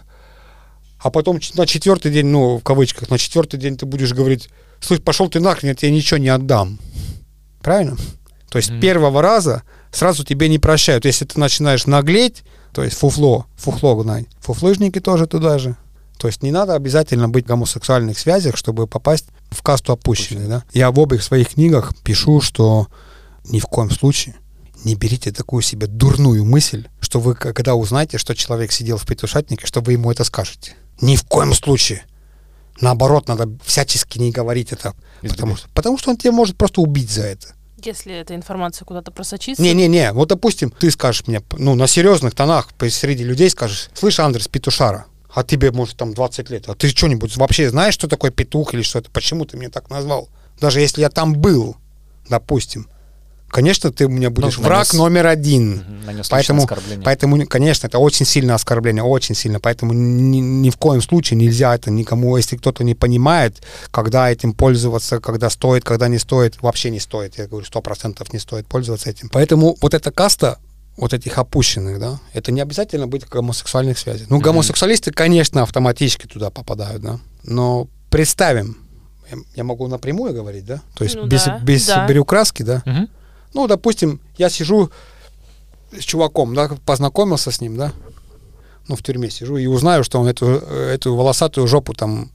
S1: А потом на четвертый день, в кавычках, на четвертый день ты будешь говорить, слушай, пошел ты нахрен, я тебе ничего не отдам. Правильно? То есть первого раза сразу тебе не прощают. Если ты начинаешь наглеть, то есть фуфло гнать. Фуфлыжники тоже туда же. То есть не надо обязательно быть в гомосексуальных связях, чтобы попасть в касту опущенных. Да? Я в обеих своих книгах пишу, что ни в коем случае не берите такую себе дурную мысль, что вы, когда узнаете, что человек сидел в петушатнике, что вы ему это скажете. Ни в коем случае. Наоборот, надо всячески не говорить это. Потому что он тебя может просто убить за это.
S2: Если эта информация куда-то просочится?
S1: Не. Вот, допустим, ты скажешь мне, на серьезных тонах среди людей скажешь, слышь, Андрес, петушара, а тебе, может, там 20 лет, а ты что-нибудь вообще знаешь, что такое петух или что это? Почему ты меня так назвал? Даже если я там был, допустим, конечно, ты у меня будешь враг номер один. Поэтому, конечно, это очень сильное оскорбление, очень сильно. Поэтому ни в коем случае нельзя это никому, если кто-то не понимает, когда этим пользоваться, когда стоит, когда не стоит, вообще не стоит. Я говорю, 100% не стоит пользоваться этим. Поэтому вот эта каста вот этих опущенных, да, это не обязательно быть в гомосексуальных связях. Гомосексуалисты, конечно, автоматически туда попадают, да. Но представим, я могу напрямую говорить, да, то есть без бирюкраски, да. Допустим, я сижу с чуваком, да, познакомился с ним, да, в тюрьме сижу и узнаю, что он эту волосатую жопу там,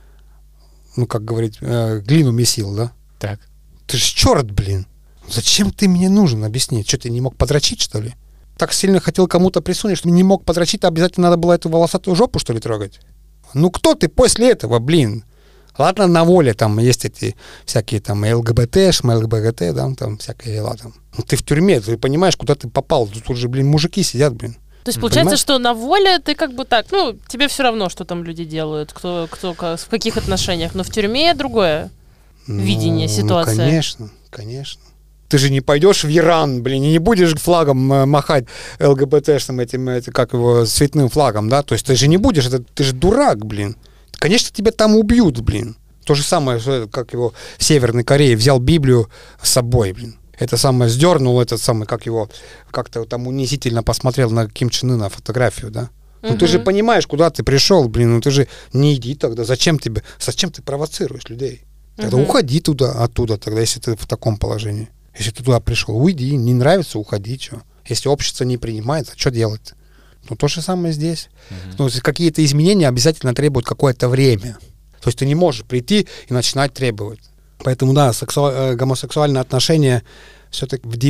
S1: как говорить, глину месил, да.
S3: Так.
S1: Ты ж черт, блин. Зачем ты мне нужен? Объясни. Что, ты не мог подрочить, что ли? Так сильно хотел кому-то присунуть, что не мог подрочить, а обязательно надо было эту волосатую жопу, что ли, трогать? Ну кто ты после этого, блин? Ладно, на воле там есть эти всякие там ЛГБТ, ШМЛГБТ, да, там всякие дела там. Ну, ты в тюрьме, ты понимаешь, куда ты попал. Тут же, блин, мужики сидят, блин.
S2: То есть получается, что на воле ты как бы так, ну, тебе все равно, что там люди делают, кто в каких отношениях, но в тюрьме другое видение ситуации.
S1: Ну, конечно. Ты же не пойдешь в Иран, блин, и не будешь флагом махать ЛГБТшным этим, как его, цветным флагом, да? То есть ты же не будешь, ты же дурак, блин. Конечно, тебя там убьют, блин. То же самое, как его в Северной Корее взял Библию с собой, блин. Это самое сдернул, этот самый, как его, как-то там унизительно посмотрел на Ким Чен Ына фотографию, да? Ну ты же понимаешь, куда ты пришел, блин, ну ты же не иди тогда, зачем ты провоцируешь людей? Тогда уходи оттуда тогда, если ты в таком положении. Если ты туда пришел, уйди, не нравится, уходи, что? Если общество не принимает, а что делать? Ну, то же самое здесь. Ну, какие-то изменения обязательно требуют какое-то время. То есть ты не можешь прийти и начинать требовать. Поэтому, да, гомосексуальные отношения все-таки в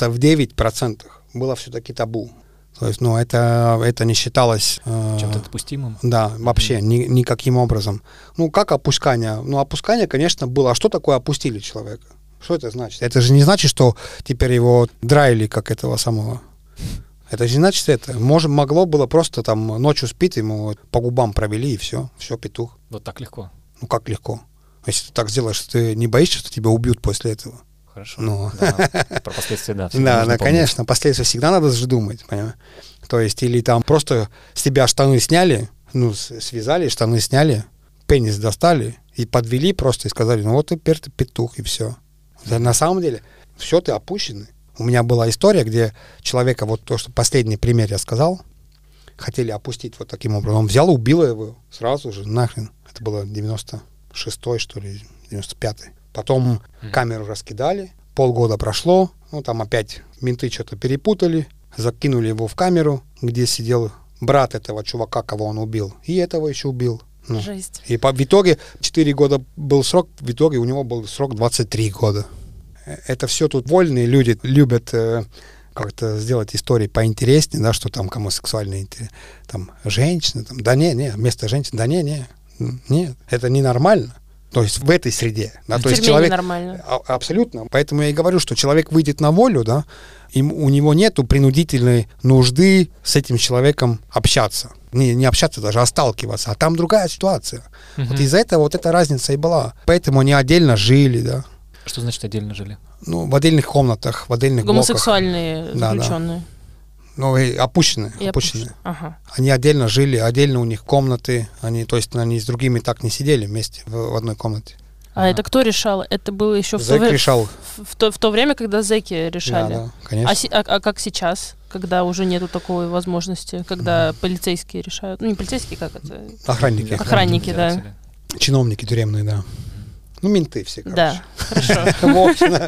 S1: 99% было все-таки табу. То есть, ну, это не считалось...
S3: чем-то допустимым?
S1: Да, вообще никаким образом. Ну, как опускание? Ну, опускание, конечно, было. А что такое опустили человека? Что это значит? Это же не значит, что теперь его драили, как этого самого... Это же не значит это. Могло было просто там ночью спит, ему по губам провели, и все, петух.
S3: Вот так легко?
S1: Ну, как легко? Если ты так сделаешь, ты не боишься, что тебя убьют после этого?
S3: Хорошо.
S1: Ну.
S3: Да, про последствия, да.
S1: Да, конечно, последствия всегда надо же думать, понимаешь? То есть, или там просто с тебя штаны сняли, ну, связали, штаны сняли, пенис достали и подвели просто и сказали, ну, вот теперь ты петух, и все. На самом деле, все, ты опущенный. У меня была история, где человека, вот то, что последний пример я сказал, хотели опустить вот таким образом. Он взял и убил его сразу же, нахрен. Это было 96-й, что ли, 95-й. Потом камеру раскидали, полгода прошло, ну, там опять менты что-то перепутали, закинули его в камеру, где сидел брат этого чувака, кого он убил, и этого еще убил. Ну,
S2: жесть.
S1: И в итоге 4 года был срок, в итоге у него был срок 23 года. Это все тут вольные люди любят как-то сделать истории поинтереснее, да, что там гомосексуальные там женщины, там, да не, вместо женщин, да не, нет, это ненормально. То есть в этой среде. Да, то есть человек
S2: нормально.
S1: Абсолютно. Поэтому я и говорю, что человек выйдет на волю, да, и у него нету принудительной нужды с этим человеком общаться. Не общаться даже, а сталкиваться. А там другая ситуация. Вот из-за этого вот эта разница и была. Поэтому они отдельно жили, да.
S3: Что значит отдельно жили?
S1: Ну, в отдельных комнатах, в отдельных
S2: гомосексуальные
S1: блоках.
S2: заключенные.
S1: Да. Ну, и опущенные.
S2: Ага.
S1: Они отдельно жили, отдельно у них комнаты. То есть они с другими так не сидели вместе в одной комнате.
S2: А это кто решал? Это было еще
S1: решал.
S2: В то время, когда зэки решали?
S1: Да, конечно.
S2: А как сейчас, когда уже нету такой возможности, когда полицейские решают? Ну, не полицейские, как это?
S1: Охранники,
S2: да.
S1: Чиновники тюремные, да. Ну, менты все, короче.
S2: Да, хорошо.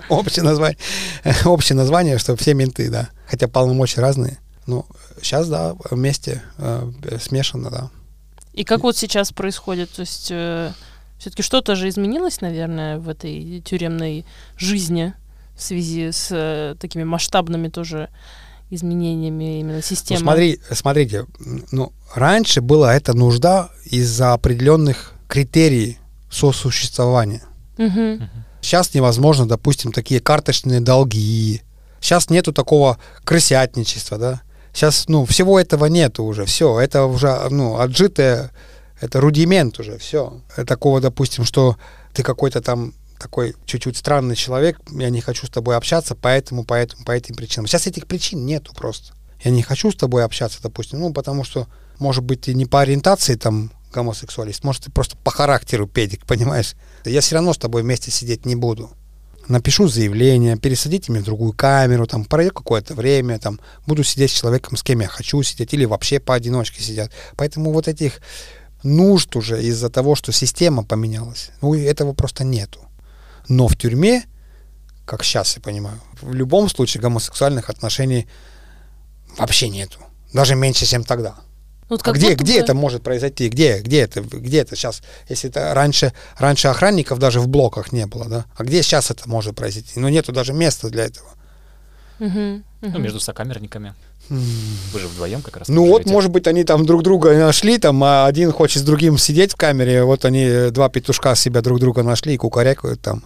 S1: Общее название, что все менты, да. Хотя полномочия разные. Ну, сейчас, да, вместе смешано, да.
S2: И как вот сейчас происходит? То есть все-таки что-то же изменилось, наверное, в этой тюремной жизни в связи с такими масштабными тоже изменениями именно системы?
S1: Ну, смотрите, раньше была эта нужда из-за определенных критерий сосуществования. Сейчас невозможно, допустим, такие карточные долги. Сейчас нету такого крысятничества, да. Сейчас, всего этого нету уже. Все, это уже, отжитое, это рудимент уже, все. Такого, допустим, что ты какой-то там такой чуть-чуть странный человек, я не хочу с тобой общаться, по этим причинам. Сейчас этих причин нету просто. Я не хочу с тобой общаться, допустим, потому что, может быть, ты не по ориентации там гомосексуалист, может, ты просто по характеру педик, понимаешь? Я все равно с тобой вместе сидеть не буду. Напишу заявление, пересадите меня в другую камеру, там, пройдет какое-то время, там, буду сидеть с человеком, с кем я хочу сидеть, или вообще поодиночке сидят. Поэтому вот этих нужд уже из-за того, что система поменялась, этого просто нету. Но в тюрьме, как сейчас я понимаю, в любом случае гомосексуальных отношений вообще нету. Даже меньше, чем тогда.
S2: Вот
S1: где это может произойти? Где это сейчас? Если это раньше охранников даже в блоках не было, да? А где сейчас это может произойти? Нету даже места для этого.
S2: Мгм.
S3: Ну,
S2: Мгм.
S3: между сокамерниками. Вы же вдвоем как раз.
S1: Ну
S3: там
S1: вот,
S3: живете.
S1: может быть, они там друг друга нашли, там, а один хочет с другим сидеть в камере, вот они, два петушка себя друг друга нашли и кукарекают там.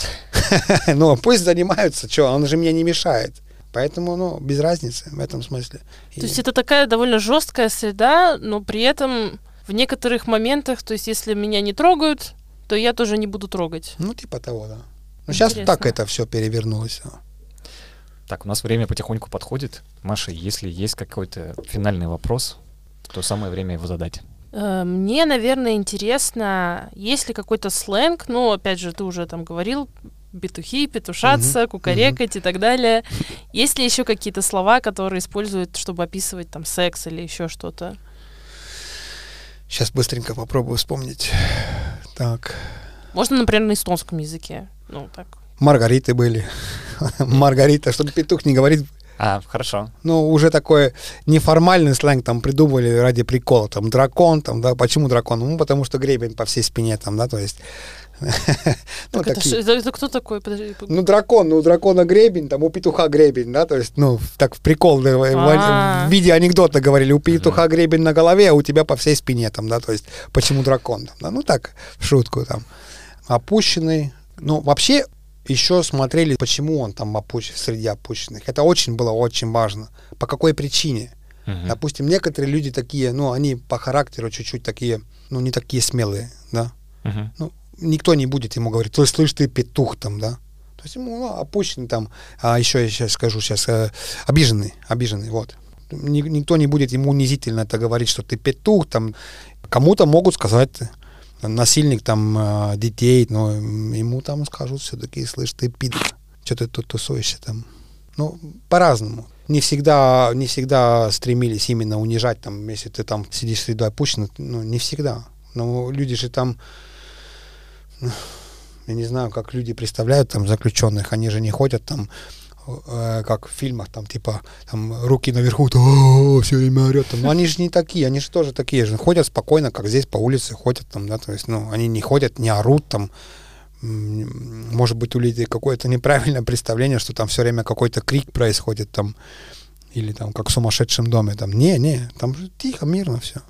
S1: Ну, пусть занимаются, что, он же мне не мешает. Поэтому, ну, без разницы в этом смысле.
S2: То есть это такая довольно жесткая среда, но при этом в некоторых моментах, то есть если меня не трогают, то я тоже не буду трогать.
S1: Ну, типа того, да. Ну, сейчас
S2: Интересно.
S1: так это все перевернулось.
S3: Так, у нас время потихоньку подходит. Маша, если есть какой-то финальный вопрос, то самое время его задать.
S2: Мне, наверное, интересно, есть ли какой-то сленг, ну, опять же, ты уже там говорил, петухи, петушаться, кукарекать и так далее. Есть ли еще какие-то слова, которые используют, чтобы описывать там секс или еще что-то?
S1: Сейчас быстренько попробую вспомнить. Так.
S2: Можно, например, на эстонском языке. Ну, так.
S1: Маргариты были. Маргарита, чтобы петух не говорит.
S3: Хорошо.
S1: Ну, уже такой неформальный сленг там придумали ради прикола. Там дракон, там, да. Почему дракон? Ну, потому что гребень по всей спине там, да, то есть. Ну,
S2: Так
S1: такие.
S2: это кто такой? Подожди.
S1: Ну, дракон, ну, у дракона гребень, там, у петуха гребень, да, то есть, ну, так в прикол, да, в виде анекдота говорили, у петуха гребень на голове, а у тебя по всей спине, там, да, то есть, почему дракон, там, да, ну, так, в шутку, там, опущенный, ну, вообще, еще смотрели, почему он там опущен, среди опущенных, это было очень важно, по какой причине. Допустим, некоторые люди такие, ну, они по характеру чуть-чуть такие, ну, не такие смелые, да, ну, никто не будет ему говорить, то есть, слышь, ты петух там, да. То есть ему опущенный там, а еще я сейчас скажу, обиженный, вот. Никто не будет ему унизительно это говорить, что ты петух там. Кому-то могут сказать насильник там детей, но ему там скажут все-таки, слышь, ты пидор, что ты тут тусуешься там. Ну, по-разному. Не всегда стремились именно унижать там, если ты там сидишь среди опущенных, ну, не всегда. Но люди же там, я не знаю, как люди представляют там заключенных, они же не ходят там, как в фильмах, там типа там руки наверху, все время орет там. Но они же не такие, они же тоже такие же, ходят спокойно, как здесь по улице ходят там, да, то есть, ну, они не ходят, не орут там. Может быть, у людей какое-то неправильное представление, что там все время какой-то крик происходит там, или там как в сумасшедшем доме, там, не, там же тихо, мирно все.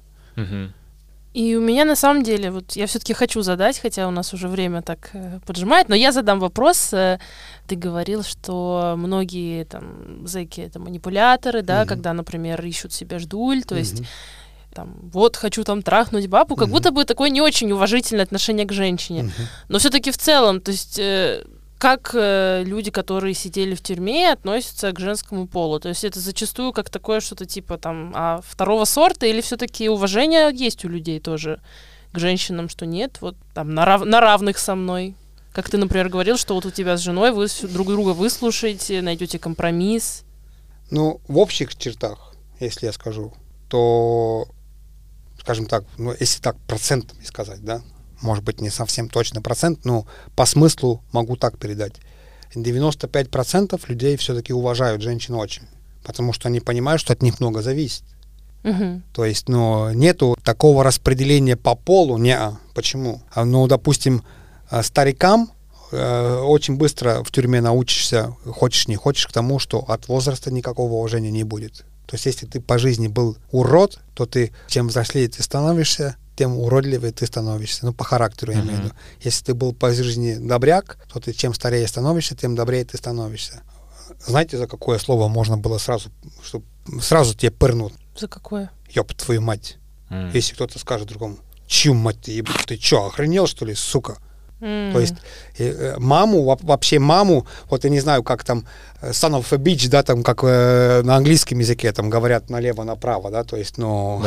S2: И у меня на самом деле, вот я все-таки хочу задать, хотя у нас уже время так поджимает, но я задам вопрос. Ты говорил, что многие там зэки это манипуляторы, да, когда, например, ищут себе ждуль, то есть там, вот хочу там трахнуть бабу, как будто бы такое не очень уважительное отношение к женщине. Но все-таки в целом, то есть как люди, которые сидели в тюрьме, относятся к женскому полу? То есть это зачастую как такое что-то типа там второго сорта, или все-таки уважение есть у людей тоже к женщинам, что нет, вот там на равных со мной? Как ты, например, говорил, что вот у тебя с женой вы друг друга выслушаете, найдете компромисс.
S1: Ну, в общих чертах, если я скажу, то, скажем так, ну, если так процентами сказать, да, может быть, не совсем точно процент, но по смыслу могу так передать. 95% людей все-таки уважают женщин очень, потому что они понимают, что от них много зависит. То есть, ну, нету такого распределения по полу, Почему? Ну, допустим, старикам очень быстро в тюрьме научишься, хочешь не хочешь, к тому, что от возраста никакого уважения не будет. То есть, если ты по жизни был урод, то ты, чем взрослее ты становишься, тем уродливее ты становишься. Ну, по характеру я имею в виду. Если ты был по жизни добряк, то ты чем старее становишься, тем добрее ты становишься. Знаете, за какое слово можно было чтобы сразу тебе пырнут?
S2: За какое?
S1: Ёб твою мать. Если кто-то скажет другому, чью мать ты, ебать, ты чё, охренел, что ли, сука? То есть вообще маму, вот я не знаю, как там son of a bitch, да, там как на английском языке там говорят налево-направо, да, то есть, ну,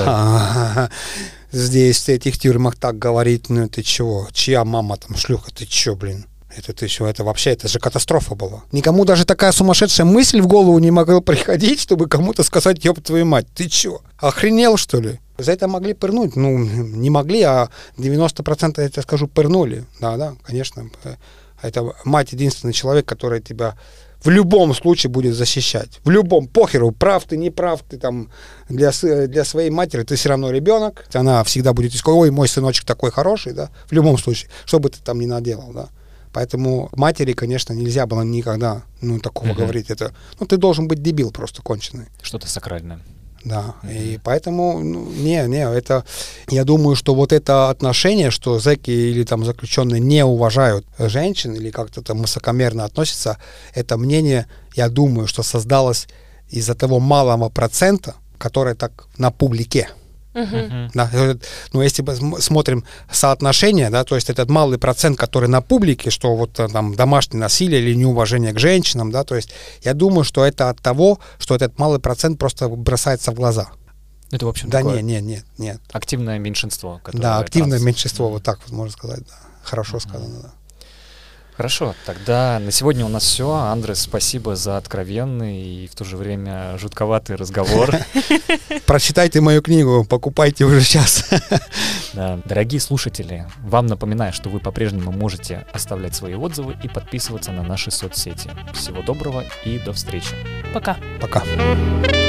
S1: здесь в этих тюрьмах так говорит, ну, ты чего, чья мама там шлюха, ты чё, блин? Это вообще, это же катастрофа была. Никому даже такая сумасшедшая мысль в голову не могла приходить, чтобы кому-то сказать, ёб твою мать, ты чё, охренел, что ли? За это могли пырнуть, ну, не могли, а 90%, я тебе скажу, пырнули. Да, конечно. Это мать единственный человек, который тебя в любом случае будет защищать. В любом, похеру, прав ты, не прав ты, там, для своей матери ты все равно ребенок. Она всегда будет искать, ой, мой сыночек такой хороший, да, в любом случае, что бы ты там ни наделал, да. Поэтому матери, конечно, нельзя было никогда такого говорить. Это, ты должен быть дебил просто конченый.
S3: Что-то сакральное.
S1: Да, и поэтому, это, я думаю, что вот это отношение, что зэки или там заключенные не уважают женщин или как-то там высокомерно относятся, это мнение, я думаю, что создалось из-за того малого процента, который так на публике. Да, если мы смотрим соотношение, да, то есть этот малый процент, который на публике, что вот там домашнее насилие или неуважение к женщинам, да, то есть я думаю, что это от того, что этот малый процент просто бросается в глаза.
S3: Это, в общем,
S1: да,
S3: такое
S1: нет.
S3: Активное меньшинство.
S1: Да, активное меньшинство, вот так вот можно сказать, да. Хорошо сказано, да.
S3: Хорошо, тогда на сегодня у нас все. Андрес, спасибо за откровенный и в то же время жутковатый разговор.
S1: Прочитайте мою книгу, покупайте уже сейчас.
S3: Да. Дорогие слушатели, вам напоминаю, что вы по-прежнему можете оставлять свои отзывы и подписываться на наши соцсети. Всего доброго и до встречи.
S2: Пока.
S1: Пока.